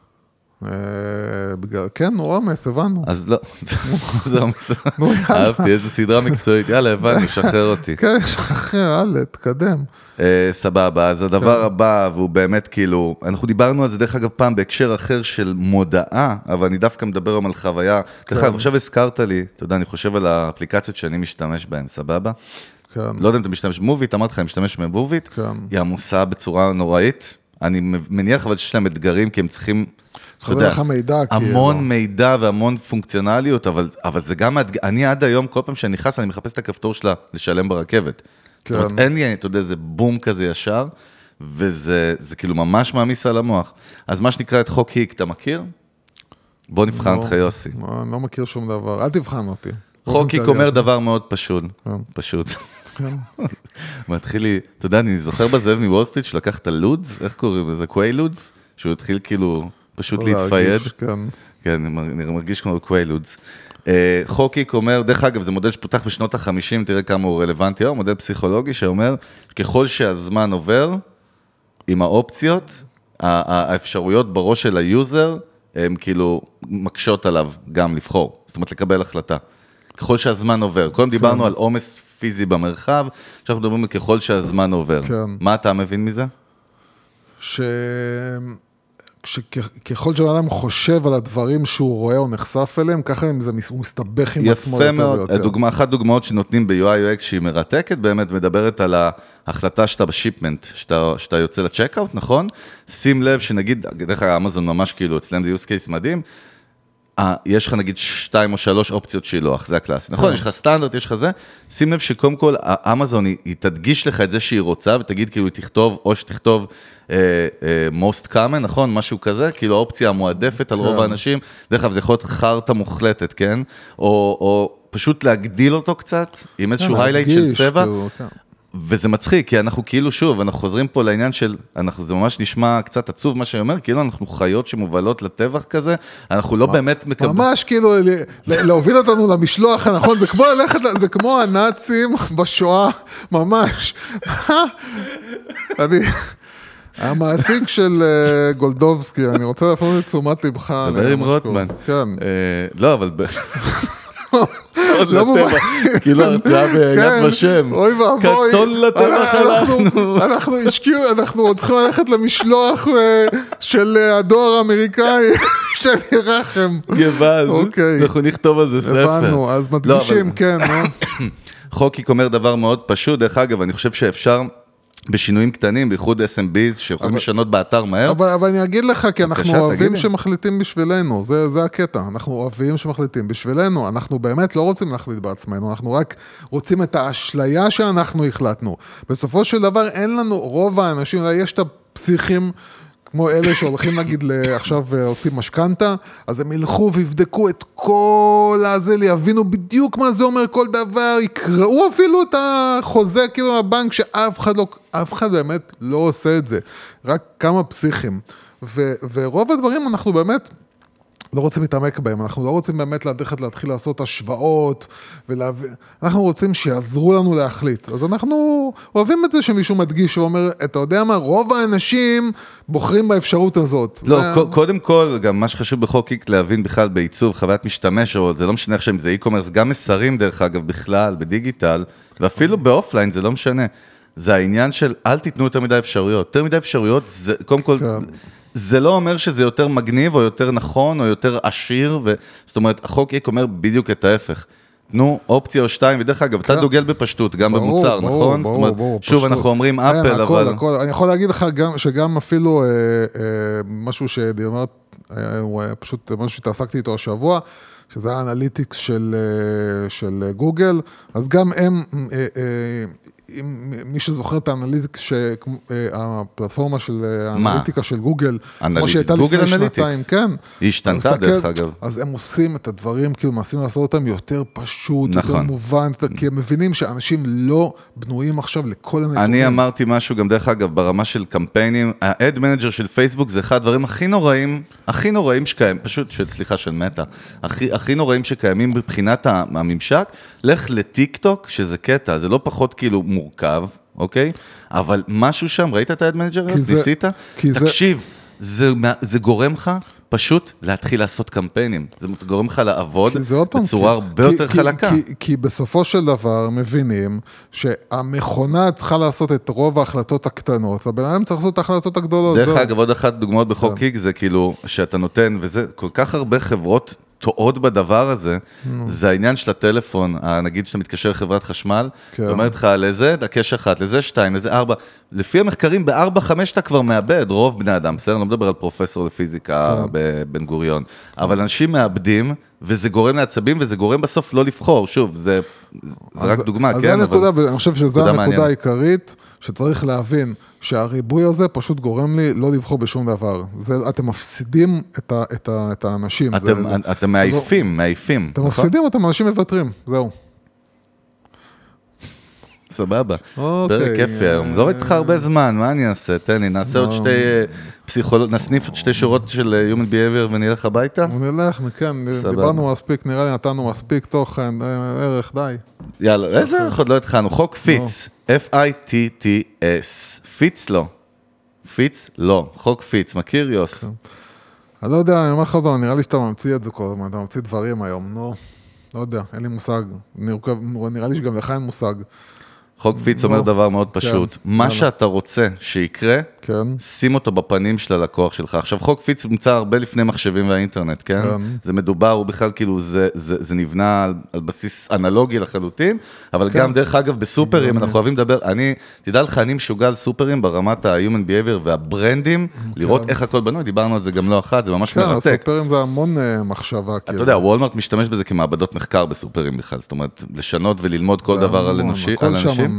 כן, נורא מס, הבנו. אז לא, זה עומס, אהבתי, איזו סדרה מקצועית, יאללה, הבנו, שחרר אותי. כן, שחרר, הלאה, תקדם. סבבה, אז הדבר הבא, והוא באמת כאילו, אנחנו דיברנו על זה דרך אגב פעם בהקשר אחר של מודעה, אבל אני דווקא מדבר על חוויה, ככה, עכשיו הזכרת לי, אתה יודע, אני חושב על האפליקציות שאני משתמש בהן, סבבה? כן. לא יודע אם אתה משתמש במובית, אמרתי לך, אני משתמש במובית, היא עמוסה בצורה נוראית, אני מניח אבל שיש להם אתגרים, כי הם צריכים, אתה יודע, המון מידע והמון פונקציונליות, אבל זה גם, אני עד היום, כל פעם שאני נכנס, אני מחפש את הכפתור שלה לשלם ברכבת. זאת אומרת, אין לי, אתה יודע, זה בום כזה ישר, וזה כאילו ממש מעמיס על המוח. אז מה שנקרא את חוק היק, אתה מכיר? בוא נבחן אותך יוסי. אני לא מכיר שום דבר, אל תבחן אותי. חוק היק אומר דבר מאוד פשוט. מתחיל לי, אתה יודע, אני זוכר בזאב מוול סטריט שלקח את הלודס, איך קוראים לזה? קוויילודס? שהוא התחיל כאילו פשוט להתפייד. כן, אני מרגיש כמו קוויילודס. חוק היק אומר, דרך אגב, זה מודל שפותח בשנות ה-50, תראה כמה הוא רלוונטי, הוא מודל פסיכולוגי שאומר, ככל שהזמן עובר, עם האופציות, האפשרויות בראש של היוזר, הם כאילו מקשות עליו גם לבחור, זאת אומרת לקבל החלטה. ככל שהזמן עובר. קודם דיברנו על עומס פיזי במרחב, עכשיו אנחנו מדברים על ככל שהזמן עובר. מה אתה מבין מזה? שככל שאדם חושב על הדברים שהוא רואה או נחשף אליהם, ככה הוא מסתבך עם עצמו יותר ויותר. אחת דוגמאות שנותנים ב-UI UX שהיא מרתקת, באמת מדברת על ההחלטה שאתה בשיפמנט, שאתה יוצא לצ'קאוט, נכון? שים לב שנגיד, דרך אגב, אמזון ממש כאילו, אצלם זה use case מדהים, יש לך נגיד 2 או 3 אופציות שילוח, זה הקלאסי, נכון? יש לך סטנדרט, יש לך זה, שים לב שקודם כל, אמזון היא תדגיש לך את זה שהיא רוצה, ותגיד כאילו היא תכתוב, או שתכתוב most common, נכון? משהו כזה, כאילו האופציה המועדפת על רוב האנשים, דרך אגב זה יכול להיות חרטה מוחלטת, כן? או פשוט להגדיל אותו קצת, עם איזשהו highlight של צבע, וזה מצחיק, כי אנחנו כאילו שוב, אנחנו חוזרים פה לעניין של, זה ממש נשמע קצת עצוב מה שאומר, כאילו אנחנו חיות שמובלות לטבח כזה, אנחנו לא באמת מקבלים. ממש כאילו להוביל אותנו למשלוח, נכון? זה כמו ללכת, זה כמו הנאצים בשואה, ממש. המעסיק של גולדובסקי, אני רוצה להפנות את תשומת לבך. דבר עם רוטמן. כן. לא, אבל... כצון לטבח, כאילו הרצאה ביד ושם, כצון לטבח אנחנו צריכים ללכת למשלוח של הדואר האמריקאי של ירחם. גבל, אנחנו נכתוב על זה ספר. הבנו, אז מדגישים, כן. חוק היק אומר דבר מאוד פשוט, דרך אגב, אני חושב שאפשר בשינויים קטנים, בייחוד SMBs, שיכולים לשנות באתר מהר. אבל אני אגיד לך, כי אנחנו אוהבים שמחליטים בשבילנו, זה הקטע, אנחנו אוהבים שמחליטים בשבילנו, אנחנו באמת לא רוצים להחליט בעצמנו, אנחנו רק רוצים את האשליה שאנחנו החלטנו. בסופו של דבר אין לנו, רוב האנשים, יש את הפסיכים, כמו אלה שהולכים נגיד עכשיו להוציא משכנתה, אז הם ילכו ויבדקו את כל הזה, יבינו בדיוק מה זה אומר כל דבר, יקראו אפילו את החוזה כאילו הבנק שאף אחד באמת לא עושה את זה, רק כמה פסיכים. ורוב הדברים אנחנו באמת לא רוצים להתעמק בהם, אנחנו לא רוצים באמת להתחיל לעשות השוואות, אנחנו רוצים שיעזרו לנו להחליט. אז אנחנו אוהבים את זה שמישהו מדגיש ואומר, אתה יודע מה, רוב האנשים בוחרים באפשרות הזאת. לא, קודם כל, גם מה שחשוב בחוק היק להבין בכלל בעיצוב, חוויית משתמש, או זה לא משנה עכשיו אם זה e-commerce, גם מסרים דרך אגב בכלל, בדיגיטל, ואפילו באופליין, זה לא משנה. זה העניין של אל תיתנו יותר מדי אפשרויות. יותר מדי אפשרויות, זה קודם כל... זה לא אומר שזה יותר מגניב, או יותר נכון, או יותר עשיר, זאת אומרת, החוק היק אומר בדיוק את ההפך. תנו אופציה או 2, ודרך אגב, אתה דוגל בפשטות, גם במוצר, נכון? זאת אומרת, שוב אנחנו אומרים אפל, אבל... אני יכול להגיד לך שגם אפילו משהו שדיברת, הוא פשוט משהו שהתעסקתי איתו השבוע, שזה האנליטיקס של גוגל, אז גם הם, מי שזוכר את האנליטיקס, הפלטפורמה של האנליטיקה של גוגל, כמו שהייתה לפני שנתיים, כן. היא השתנתה דרך אגב. אז הם עושים את הדברים, כאילו מנסים לעשות אותם יותר פשוט, יותר מובן, כי הם מבינים שאנשים לא בנויים עכשיו לכל הנתונים. אני אמרתי משהו גם דרך אגב, ברמה של קמפיינים, האד מנג'ר של פייסבוק זה אחד הדברים הכי נוראים שקיים, פשוט, סליחה, של מטה, הכי נוראים שקיימים מבחינת הממשק, לך לטיק טוק, שזה קטע, זה לא פחות כאילו מורכב, אוקיי? אבל משהו שם, ראית את האד מנג'ר? ניסית? תקשיב, זה גורם לך פשוט להתחיל לעשות קמפיינים. זה גורם לך לעבוד בצורה הרבה יותר חלקה. כי בסופו של דבר מבינים שהמכונה צריכה לעשות את רוב ההחלטות הקטנות, והבן אדם צריך לעשות את ההחלטות הגדולות. דרך אגב, עוד אחת דוגמאות בחוק קיק, זה כאילו שאתה נותן, וזה כל כך הרבה חברות טועות בדבר הזה, זה העניין של הטלפון, נגיד שאתה מתקשר לחברת חשמל, אומרת לך לזה דקש 1, לזה 2, לזה 4, לפי המחקרים ב4-5 אתה כבר מאבד, רוב בני אדם, בסדר, אני לא מדבר על פרופסור לפיזיקה בבן גוריון, אבל אנשים מאבדים, וזה גורם לעצבים, וזה גורם בסוף לא לבחור, שוב, זה רק דוגמה, כן? אני חושב שזו הנקודה העיקרית, שצריך להבין שהריבוי הזה פשוט גורם לי לא לבחור בשום דבר. אתם מפסידים את האנשים. אתם מעייפים. אתם מפסידים, אנשים מוותרים, זהו. סבבה. פרק כיפי היום. לא ראיתי לך הרבה זמן, מה אני אעשה? תן לי, נעשה עוד נסניף עוד 2 שורות של Human Behavior ונלך הביתה? נלך, כן, דיברנו מספיק, נראה לי נתנו מספיק תוכן, ערך, די. יאללה, איזה ערך עוד לא התחלנו? חוק פיץ, F-I-T-T-S, פיץ לא. פיץ לא, חוק פיץ, מכיר יוס? אני לא יודע, אני אומר לך אותו, נראה לי שאתה ממציא את זה כל הזמן, אתה ממציא דברים היום, לא יודע, אין לי מושג, נראה לי שגם לך אין מושג. חוק פיץ אומר דבר מאוד פשוט, מה שאתה רוצה שיקרה, שים אותו בפנים של הלקוח שלך. עכשיו, חוק פיץ מוצא הרבה לפני מחשבים והאינטרנט, כן? זה מדובר, הוא בכלל כאילו, זה נבנה על בסיס אנלוגי לחלוטין, אבל גם דרך אגב בסופרים, אנחנו אוהבים לדבר, תדע לך, אני משוגע על סופרים ברמת ה-Human Behavior והברנדים, לראות איך הכל בנוי, דיברנו על זה גם לא אחת, זה ממש מרתק. כן, הסופרים זה המון מחשבה. אתה יודע, וולמרט משתמש בזה כמעבדות מחקר בסופרים בכלל, זאת אומרת, לשנות וללמוד כל דבר על אנשים.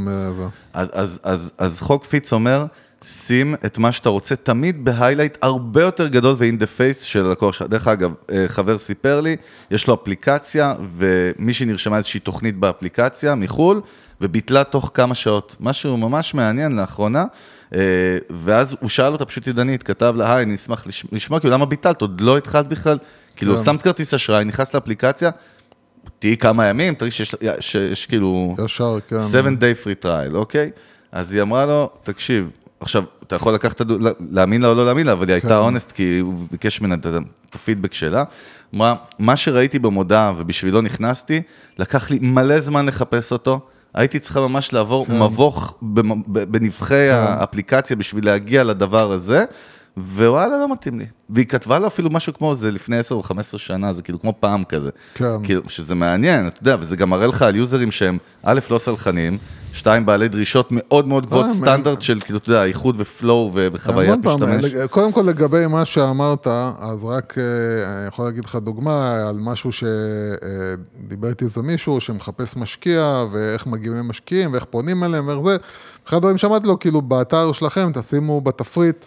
אז חוק פיץ אומר, שים את מה שאתה רוצה, תמיד בהיילייט הרבה יותר גדול ו-in the face של הלקוח שלך. דרך אגב, חבר סיפר לי, יש לו אפליקציה, ומי שנרשמה איזושהי תוכנית באפליקציה מחול, וביטלה תוך כמה שעות. משהו ממש מעניין לאחרונה, ואז הוא שאל אותה פשוט ידנית, כתב לה, היי, אני אשמח לשמוע, כאילו למה ביטלת? עוד לא התחלת בכלל, כאילו שמת כרטיס אשראי, נכנס לאפליקציה, תהי כמה ימים, תראי שיש כאילו 7-day free trial, אוקיי? אז היא אמרה לו, תקשיב, עכשיו, אתה יכול לקחת, להאמין לה או לא להאמין לה, אבל היא הייתה אונסט, כי הוא ביקש ממנה את הפידבק שלה. אמרה, מה שראיתי במודעה ובשבילו נכנסתי, לקח לי מלא זמן לחפש אותו, הייתי צריכה ממש לעבור מבוך בנבחי האפליקציה בשביל להגיע לדבר הזה, ווואלה, לא מתאים לי. והיא כתבה לו אפילו משהו כמו זה לפני 10 או 15 שנה, זה כאילו כמו פעם כזה. כן. כאילו, שזה מעניין, אתה יודע, וזה גם מראה לך על יוזרים שהם, א', לא סלחנים, 2, בעלי דרישות מאוד מאוד גבוהות, סטנדרט של, כאילו, אתה יודע, איחוד ופלואו וחוויית משתמש. קודם כל, לגבי מה שאמרת, אז רק אני יכול להגיד לך דוגמה על משהו שדיברתי איזה מישהו שמחפש משקיע, ואיך מגיעים למשקיעים, ואיך פונים אליהם, ואיך זה. אחד הדברים שאמרתי לו, כאילו, באתר שלכם, תשימו בתפריט,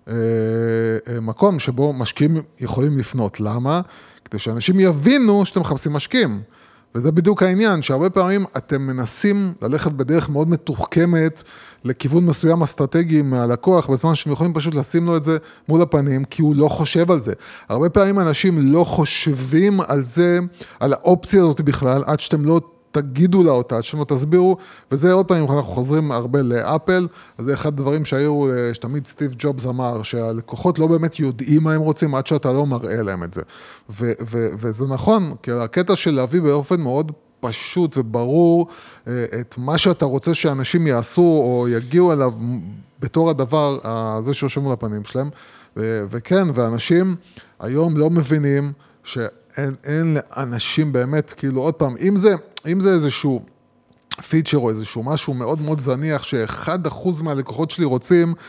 מקום שבו משקיעים יכולים לפנות. למה? כדי שאנשים יבינו שאתם מחפשים משקיעים. וזה בדיוק העניין, שהרבה פעמים אתם מנסים ללכת בדרך מאוד מתוחכמת לכיוון מסוים אסטרטגי מהלקוח, בזמן שהם יכולים פשוט לשים לו את זה מול הפנים, כי הוא לא חושב על זה. הרבה פעמים אנשים לא חושבים על זה, על האופציה הזאת בכלל, עד שאתם לא תגידו לה אותה, שאתם לא תסבירו, וזה עוד פעמים, אנחנו חוזרים הרבה לאפל, אז זה אחד הדברים שהיו, שתמיד סטיב ג'ובס אמר, שהלקוחות לא באמת יודעים מה הם רוצים, עד שאתה לא מראה להם את זה. וזה נכון, כי הקטע של להביא באופן מאוד פשוט וברור, את מה שאתה רוצה שאנשים יעשו, או יגיעו אליו בתור הדבר הזה שיושב מול הפנים שלהם, וכן, ואנשים היום לא מבינים, שאין לאנשים באמת, כאילו עוד פעם, אם זה איזשהו פיצ'ר או איזשהו משהו מאוד מאוד זניח, ש1% מהלקוחות שלי רוצים,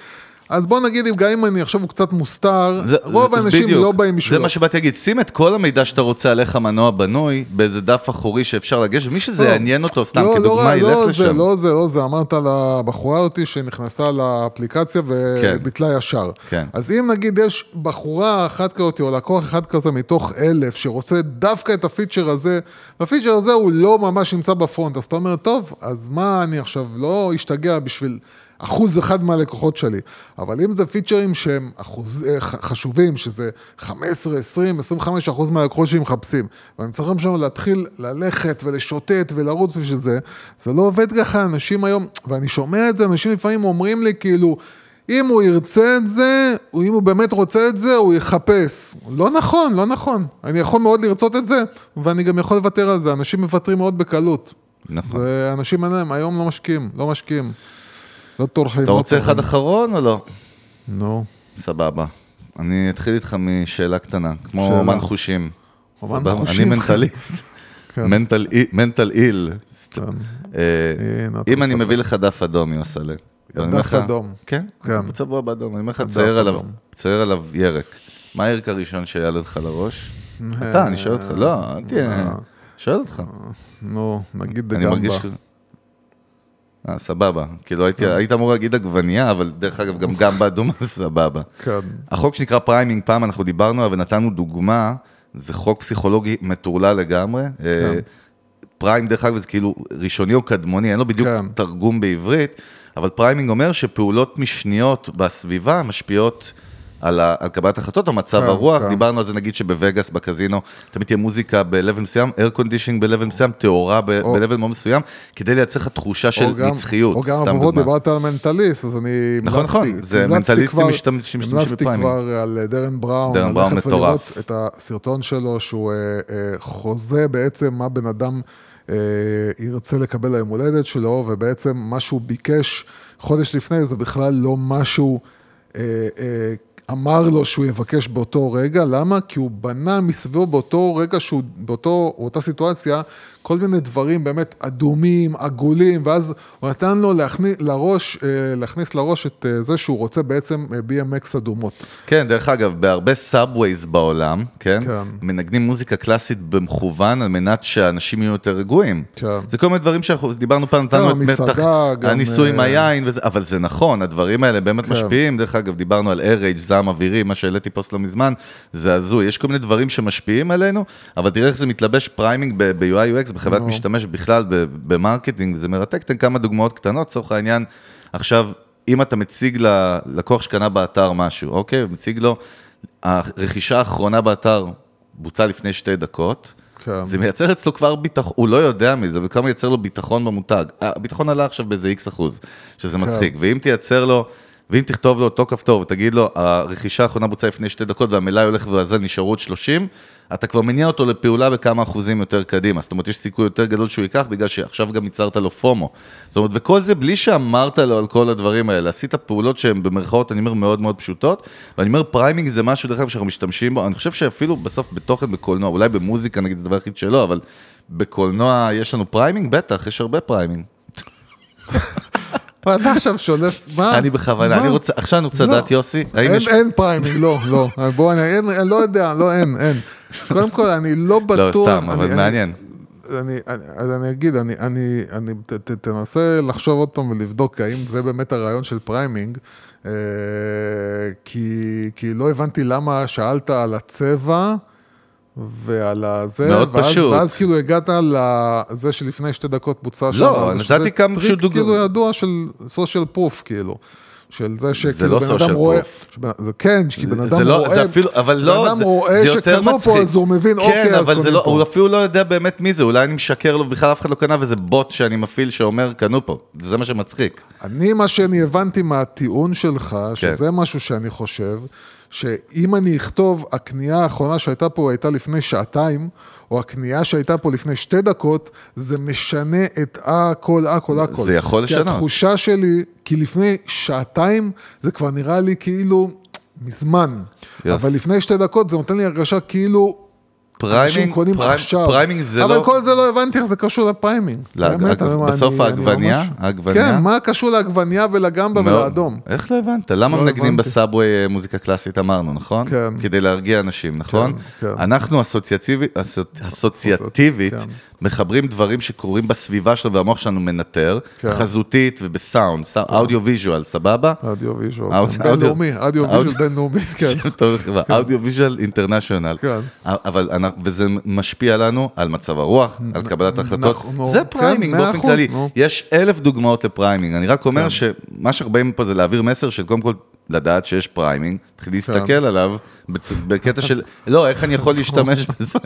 אז בוא נגיד, גם אם אני עכשיו הוא קצת מוסתר, רוב האנשים לא באים בשבילו. זה מה שבאתי להגיד, שים את כל המידע שאתה רוצה עליך מנוע בנוי, באיזה דף אחורי שאפשר לגשת, מי שזה יעניין אותו סתם כדוגמה, ילך לשם. לא זה, אמרת לבחורה אותי שנכנסה לאפליקציה וביטלה ישר. אז אם נגיד יש בחורה אחת כזאת, או לקוח אחד כזה מתוך 1,000, שרוצה דווקא את הפיצ'ר הזה, והפיצ'ר הזה הוא לא ממש נמצא בפרונט, אז אתה אומר, טוב, אז מה אני עכשיו לא אשתגע בשביל 1% מהלקוחות שלי, אבל אם זה פיצ'רים שהם חשובים, שזה 15, 20, 25% מהלקוחות שהם מחפשים, והם צריכים שם להתחיל ללכת ולשוטט ולרוץ בשביל זה, זה לא עובד ככה, אנשים היום, ואני שומע את זה, אנשים לפעמים אומרים לי כאילו, אם הוא ירצה את זה, או אם הוא באמת רוצה את זה, הוא יחפש. לא נכון, לא נכון. אני יכול מאוד לרצות את זה, ואני גם יכול לוותר על זה. אנשים מוותרים מאוד בקלות. נכון. ואנשים היום לא משקיעים. לא טורחים. אתה רוצה אחד אחרון או לא? נו. סבבה. אני אתחיל איתך משאלה קטנה, כמו מנחושים. אני מנטליסט. מנטל איל. אם אני מביא לך דף אדום, יוסלה. דף אדום. כן, בצבוע באדום. אני אומר לך, צייר עליו ירק. מה הירק הראשון שיעלה לך לראש? אתה, אני שואל אותך. לא, אל תהיה. שואל אותך. נו, נגיד אני מרגיש... סבבה. כאילו, היית אמור להגיד עגבנייה, אבל דרך אגב, גם באדום, סבבה. החוק שנקרא פריימינג, פעם אנחנו דיברנו, אבל נתנו דוגמה, זה חוק פסיכולוגי מטורלל לגמרי. פריים, דרך אגב, זה כאילו ראשוני או קדמוני, אין לו בדיוק תרגום בעברית, אבל פריימינג אומר שפעולות משניות בסביבה משפיעות על קבלת החלטות או מצב הרוח. דיברנו על זה, נגיד שבווגאס, בקזינו, תמיד תהיה מוזיקה ב-level מסוים, air conditioning ב-level מסוים, תאורה ב-level מאוד מסוים, כדי לייצר לך תחושה של נצחיות. או גם אפילו דיברת על מנטליסט, אז אני נכון, זה מנטליסטים שמשתמשים בפריימינג. המלצתי כבר על דרן בראון, ללכת ולראות את הסרטון שלו, שהוא חוזה בעצם מה בן אדם ירצה לקבל ליום הולדת שלו, ובעצם מה שהוא ביקש חודש לפני, זה בכלל לא משהו אמר לו שהוא יבקש באותו רגע. למה? כי הוא בנה מסביבו באותו רגע, באותה סיטואציה, כל מיני דברים באמת אדומים, עגולים, ואז הוא נתן לו להכניס לראש את זה שהוא רוצה בעצם BMX אדומות. כן, דרך אגב, בהרבה סאבווייז בעולם, כן? מנגנים מוזיקה קלאסית במכוון, על מנת שאנשים יהיו יותר רגועים. זה כל מיני דברים שאנחנו דיברנו פעם, נתנו את מתח, הניסוי עם היין, אבל זה נכון, הדברים האלה באמת משפיעים. דרך אגב, דיברנו על RH, זעם אווירי, מה שהעליתי פוסט לא מזמן, זה הזוי. יש כל מיני דברים שמשפיעים עלינו, אבל תראה איך זה מתלבש פריימינג ב-UI UX, בחברת משתמש בכלל במרקטינג, זה מרתק. תן כמה דוגמאות קטנות, צורך העניין. עכשיו, אם אתה מציג ללקוח שקנה באתר משהו, אוקיי? מציג לו, הרכישה האחרונה באתר בוצעה לפני 2 דקות, זה מייצר אצלו כבר ביטחון, הוא לא יודע מזה, וכמה מייצר לו ביטחון במותג. הביטחון עלה עכשיו באיזה X%, שזה מצחיק. ואם תייצר לו, ואם תכתוב לו אותו כפתור ותגיד לו, הרכישה האחרונה בוצעה לפני 2 דקות, והמילה הולך והזל נשארו עוד 30, אתה כבר מניע אותו לפעולה בכמה אחוזים יותר קדימה. זאת אומרת, יש סיכוי יותר גדול שהוא ייקח, בגלל שעכשיו גם ייצרת לו פומו. זאת אומרת, וכל זה בלי שאמרת לו על כל הדברים האלה. עשית פעולות שהן במרכאות, אני אומר, מאוד מאוד פשוטות, ואני אומר, פריימינג זה משהו דרך כלל שאנחנו משתמשים בו. אני חושב שאפילו בסוף בתוכן בקולנוע, אולי במוזיקה נגיד, זה דבר הכי שלא, אבל בקולנוע יש לנו פריימינג? בטח, יש הרבה פריימינג. אתה עכשיו שולף, מה? אני בכוונה, אני רוצה, עכשיו אני רוצה לדעת, יוסי, אין פריימינג, לא. בוא, אני לא יודע, לא, אין. קודם כל, אני לא בטוח. לא, סתם, אבל מעניין. אני אגיד, תנסה לחשוב עוד פעם ולבדוק, האם זה באמת הרעיון של פריימינג, כי לא הבנתי למה שאלת על הצבע, ועל זה, ואז כאילו הגעת לזה שלפני 2 דקות בוצע שם. לא, נתתי כמה פשוט דוגמא. כאילו ידוע של סושיאל פרוף, כאילו. של זה שכאילו בן אדם רואה. זה כן, כי בן אדם רואה. אבל לא, זה יותר מצחיק. אז הוא מבין, אוקיי, אז קונים פה. הוא אפילו לא יודע באמת מי זה, אולי אני משקר לו, בכלל אף אחד לא קנה, וזה בוט שאני מפעיל שאומר, קנו פה. זה מה שמצחיק. מה שאני הבנתי מהטיעון שלך, שזה משהו שאני חושב, שאם אני אכתוב, הקנייה האחרונה שהייתה פה הייתה לפני 2 או הקנייה שהייתה פה לפני 2 דקות, זה משנה את הכל. זה יכול לשנות. כי התחושה שלי, כי לפני 2 זה כבר נראה לי כאילו מזמן. אבל לפני 2 דקות זה נותן לי הרגשה כאילו אנשים קונים עכשיו. פריימינג זה אבל לא... כל זה לא הבנתי איך זה קשור לפריימינג. בסוף העגבניה? כן, מה קשור לעגבניה ולגמבה ולאדום? איך לא הבנת? למה מנגנים בסאבווי מוזיקה קלאסית אמרנו, נכון? כן. כדי להרגיע אנשים, נכון? כן. אנחנו אסוציאטיבית מחברים דברים שקורים בסביבה שלנו והמוח שלנו מנטר, חזותית ובסאונד, אודיו ויז'ואל, סבבה? אודיו ויז'ואל, בינלאומי, אודיו ויז'ואל בינלאומי, כן. אודיו ויז'ואל אינטרנשיונל. אבל, וזה משפיע לנו על מצב הרוח, על קבלת החלטות. זה פריימינג באופן כללי. יש 1000 דוגמאות לפריימינג. אני רק אומר שמה שבאים פה זה להעביר מסר של קודם כל לדעת שיש פריימינג, תחיל להסתכל עליו בקטע של, לא, איך אני יכול להשתמש בזה?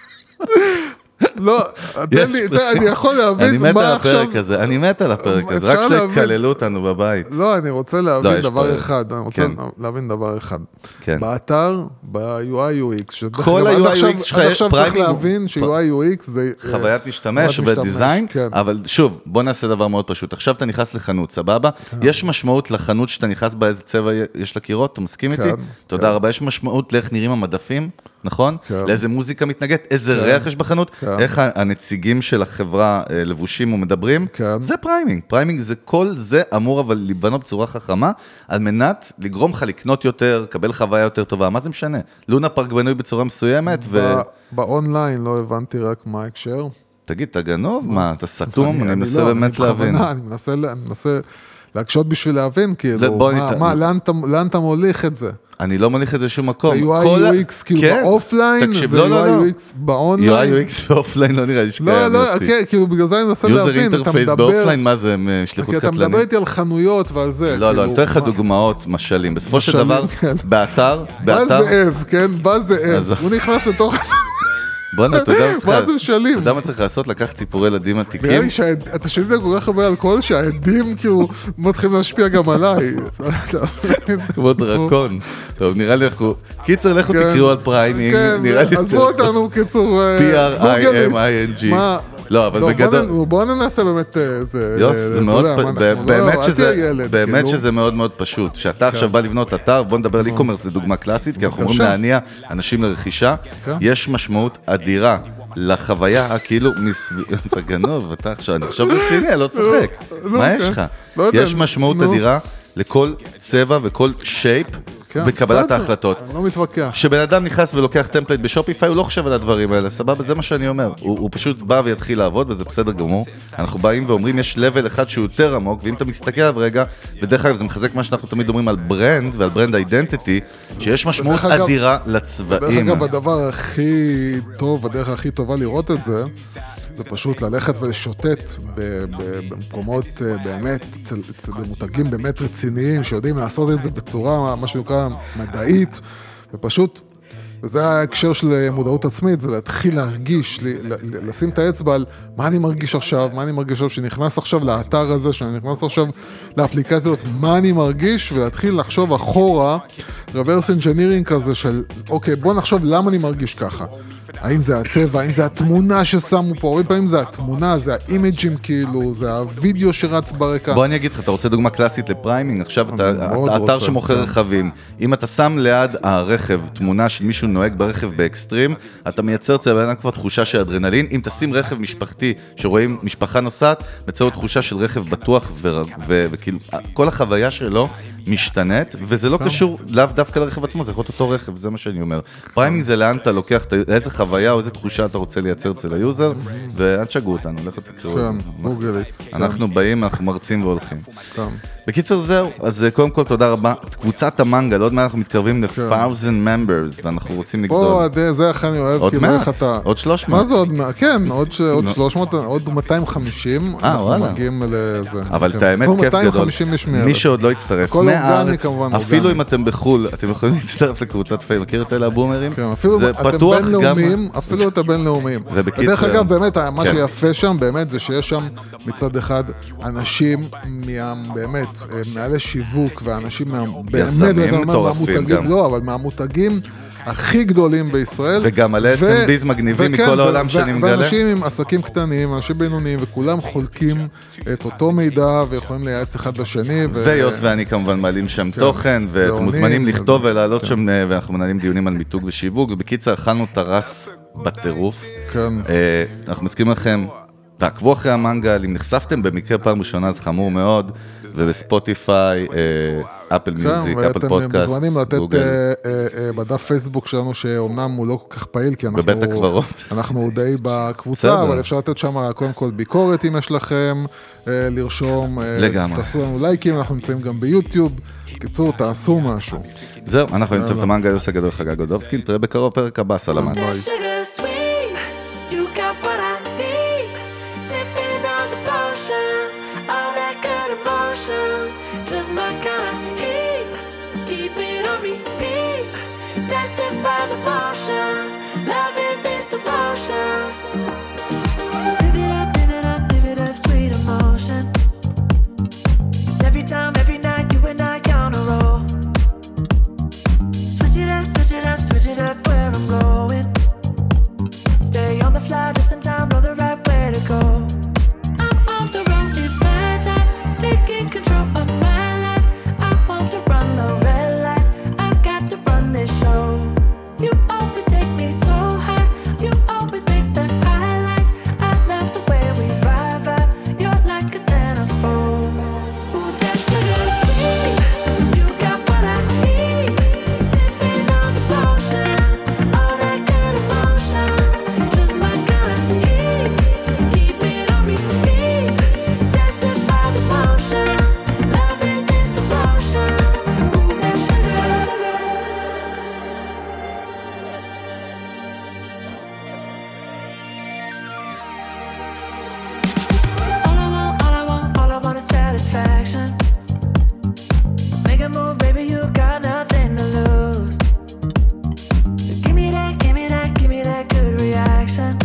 לא, אני יכול להבין מה עכשיו... אני מת על הפרק הזה, רק שיקללו אותנו בבית. לא, אני רוצה להבין דבר אחד, אני רוצה להבין דבר אחד. באתר, ב-UI UX, כל ה-UI UX שלך יש עכשיו צריך פריימינג. להבין ש-UI UX זה... חוויית משתמש ודיזיין, אבל שוב, בוא נעשה דבר מאוד פשוט. עכשיו אתה נכנס לחנות, סבבה? יש משמעות לחנות שאתה נכנס בה איזה צבע יש לקירות, אתה מסכים איתי? תודה רבה. יש משמעות לאיך נראים המדפים, נכון? לאיזה מוזיקה מתנגדת, איזה ריח יש בחנות, איך הנציגים של החברה לבושים ומדברים, זה פריימינג. פריימינג זה כל זה אמור אבל לבנות בצורה חכמה, על מנת לגרום לך לקנות יותר, קבל חוויה יותר טובה. מה זה משנה? לונה פארק בנוי בצורה מסוימת באונליין לא הבנתי רק מה ההקשר. תגיד, אתה גנוב? מה? אתה סתום? אני מנסה באמת להבין. אני מנסה להקשות בשביל להבין, כאילו, לאן אתה מוליך את זה? אני לא מוליך את זה שום מקום. זה UI UX כאילו באופליין, זה UI UX באונליין. UI UX באופליין לא נראה לי שקיים. לא, כאילו בגלל זה אני מנסה להבין. יוזר אינטרפייס באופליין, מה זה שליחות קטלנית? אתה מדבר איתי על חנויות ועל זה. לא, אני אתן לך דוגמאות, משלים. בסופו של דבר, באתר... בא זאב, כן? בא זאב. הוא נכנס לתוך... בוא'נה, אתה יודע מה צריך לעשות? לקח ציפורי ילדים עתיקים. נראה לי שאתה שתית כל כך הרבה אלכוהול שהעדים כאילו מתחילים להשפיע גם עליי. כמו דרקון. טוב, נראה לי אנחנו... קיצר, לכו תקראו על פריימינג. עזבו אותנו, קיצור... P-R-I-M-I-N-G. לא, אבל בגדול... בואו ננסה באמת איזה... יוס, זה מאוד... באמת שזה מאוד מאוד פשוט. שאתה עכשיו בא לבנות אתר, בוא נדבר על e-commerce, זה דוגמה קלאסית, כי אנחנו אומרים להניע אנשים לרכישה. יש משמעות אדירה לחוויה, כאילו, אתה גנוב, אתה עכשיו, אני חושב רציני, אני לא צוחק. מה יש לך? יש משמעות אדירה לכל צבע וכל שייפ, בקבלת ההחלטות. אני לא מתווכח. כשבן אדם נכנס ולוקח טמפלייט בשופיפיי, הוא לא חושב על הדברים האלה, סבבה? זה מה שאני אומר. הוא פשוט בא ויתחיל לעבוד, וזה בסדר גמור. אנחנו באים ואומרים, יש לבל אחד שהוא יותר עמוק, ואם אתה מסתכל עליו רגע, ודרך אגב, זה מחזק מה שאנחנו תמיד אומרים על ברנד, ועל ברנד אידנטיטי, שיש משמעות אדירה לצבעים. דרך אגב, הדבר הכי טוב, הדרך הכי טובה לראות את זה, זה פשוט ללכת ולשוטט במקומות באמת, במותגים באמת רציניים, שיודעים לעשות את זה בצורה, מה שנקרא, מדעית, ופשוט, וזה ההקשר של מודעות עצמית, זה להתחיל להרגיש, לשים את האצבע על מה אני מרגיש עכשיו, שנכנס עכשיו לאתר הזה, שאני נכנס עכשיו לאפליקציות, מה אני מרגיש, ולהתחיל לחשוב אחורה, reverse engineering כזה של, אוקיי, בוא נחשוב למה אני מרגיש ככה. האם זה הצבע, האם זה התמונה ששמו פה, הרבה פעמים זה התמונה, זה האימג'ים כאילו, זה הווידאו שרץ ברקע. בוא אני אגיד לך, אתה רוצה דוגמה קלאסית לפריימינג, עכשיו האתר שמוכר רכבים, אם אתה שם ליד הרכב תמונה של מישהו נוהג ברכב באקסטרים, אתה מייצר אצל כבר תחושה של אדרנלין, אם תשים רכב משפחתי שרואים משפחה נוסעת, מייצר תחושה של רכב בטוח וכאילו, כל החוויה שלו משתנית, וזה לא קשור לאו דווקא לרכב עצמו, זה יכול להיות אותו רכב, זה מה שאני אומר. פריימינג זה לאן אתה לוקח, איזה חוויה או איזה תחושה אתה רוצה לייצר אצל היוזר, ואל תשגעו אותנו, לכו תקראו את זה. אנחנו באים, אנחנו מרצים והולכים. בקיצר זהו, אז קודם כל תודה רבה. קבוצת המנגל, עוד מעט אנחנו מתקרבים ל-1,000 members, ואנחנו רוצים לגדול. זה איך אני אוהב, עוד מעט, עוד 300. מה זה עוד מעט? כן, עוד 300, עוד 250, אנחנו מגיעים לזה. אבל את האמת כיף גדול. מי שעוד לא יצטרף, מהארץ, אפילו אם אתם בחול, אתם יכולים להצטרף לקבוצת פייל, מכיר את אלה הבומרים? זה פתוח גם... אפילו את הבינלאומיים. ודרך אגב, באמת, מה שיפה שם, באמת, זה שיש שם מצד אחד אנשים באמת, מעלי שיווק, ואנשים יזמים מטורפים גם. לא, אבל מהמותגים הכי גדולים בישראל. וגם על SMBs מגניבים מכל העולם שאני מגלה. ואנשים עם עסקים קטנים, אנשים בינוניים, וכולם חולקים את אותו מידע, ויכולים לייעץ אחד לשני. ויוס ואני כמובן מעלים שם תוכן, ואתם מוזמנים לכתוב ולעלות שם, ואנחנו מנהלים דיונים על מיתוג ושיווק, ובקיצר, אכלנו טרס בטירוף. כן. אנחנו מסכים לכם, תעקבו אחרי המנגל, אם נחשפתם במקרה פעם ראשונה, זה חמור מאוד, ובספוטיפיי, אפל מיוזיק, אפל פודקאסט, ואתם מוזמנים לתת גוגל. בדף פייסבוק שלנו, שאומנם הוא לא כל כך פעיל, כי בבית הקברות. אנחנו די בקבוצה, בסדר. אבל אפשר לתת שם קודם כל ביקורת אם יש לכם, לרשום, לגמרי. תעשו לנו לייקים, אנחנו נמצאים גם ביוטיוב, קיצור, תעשו משהו. זהו, אנחנו נמצאים את המנגל יוסי הגדול חגי גודובסקי, נתראה בקרוב פרק הבא, סלמן. ביי. Sugar sweet, you got what I need. Sipping on the potion, all that good emotion, just my kind of heat. Keep it on repeat, tested by the motion, loving this devotion. Live it up, live it up, live it up, sweet emotion. Every time, every night, you and I on a roll. Switch it up, switch it up, switch it up where I'm going. Stay on the fly just in time, know the right way to go. I'm on the road, it's my time, taking control of my life. I want to run the red lights, I've got to run this show. You always take me so high, you always make the highlights. I love the way we vibe, you're like a centerfold. Ooh, that sugar sweet, you got what I need. Sipping on the potion, all that good emotion, just my kind of heat. Keep it on repeat, tested by the motion, loving this devotion. Ooh, that sugar. All I want is satisfaction. Make a move, baby, you got nothing to lose. Give me that good reaction.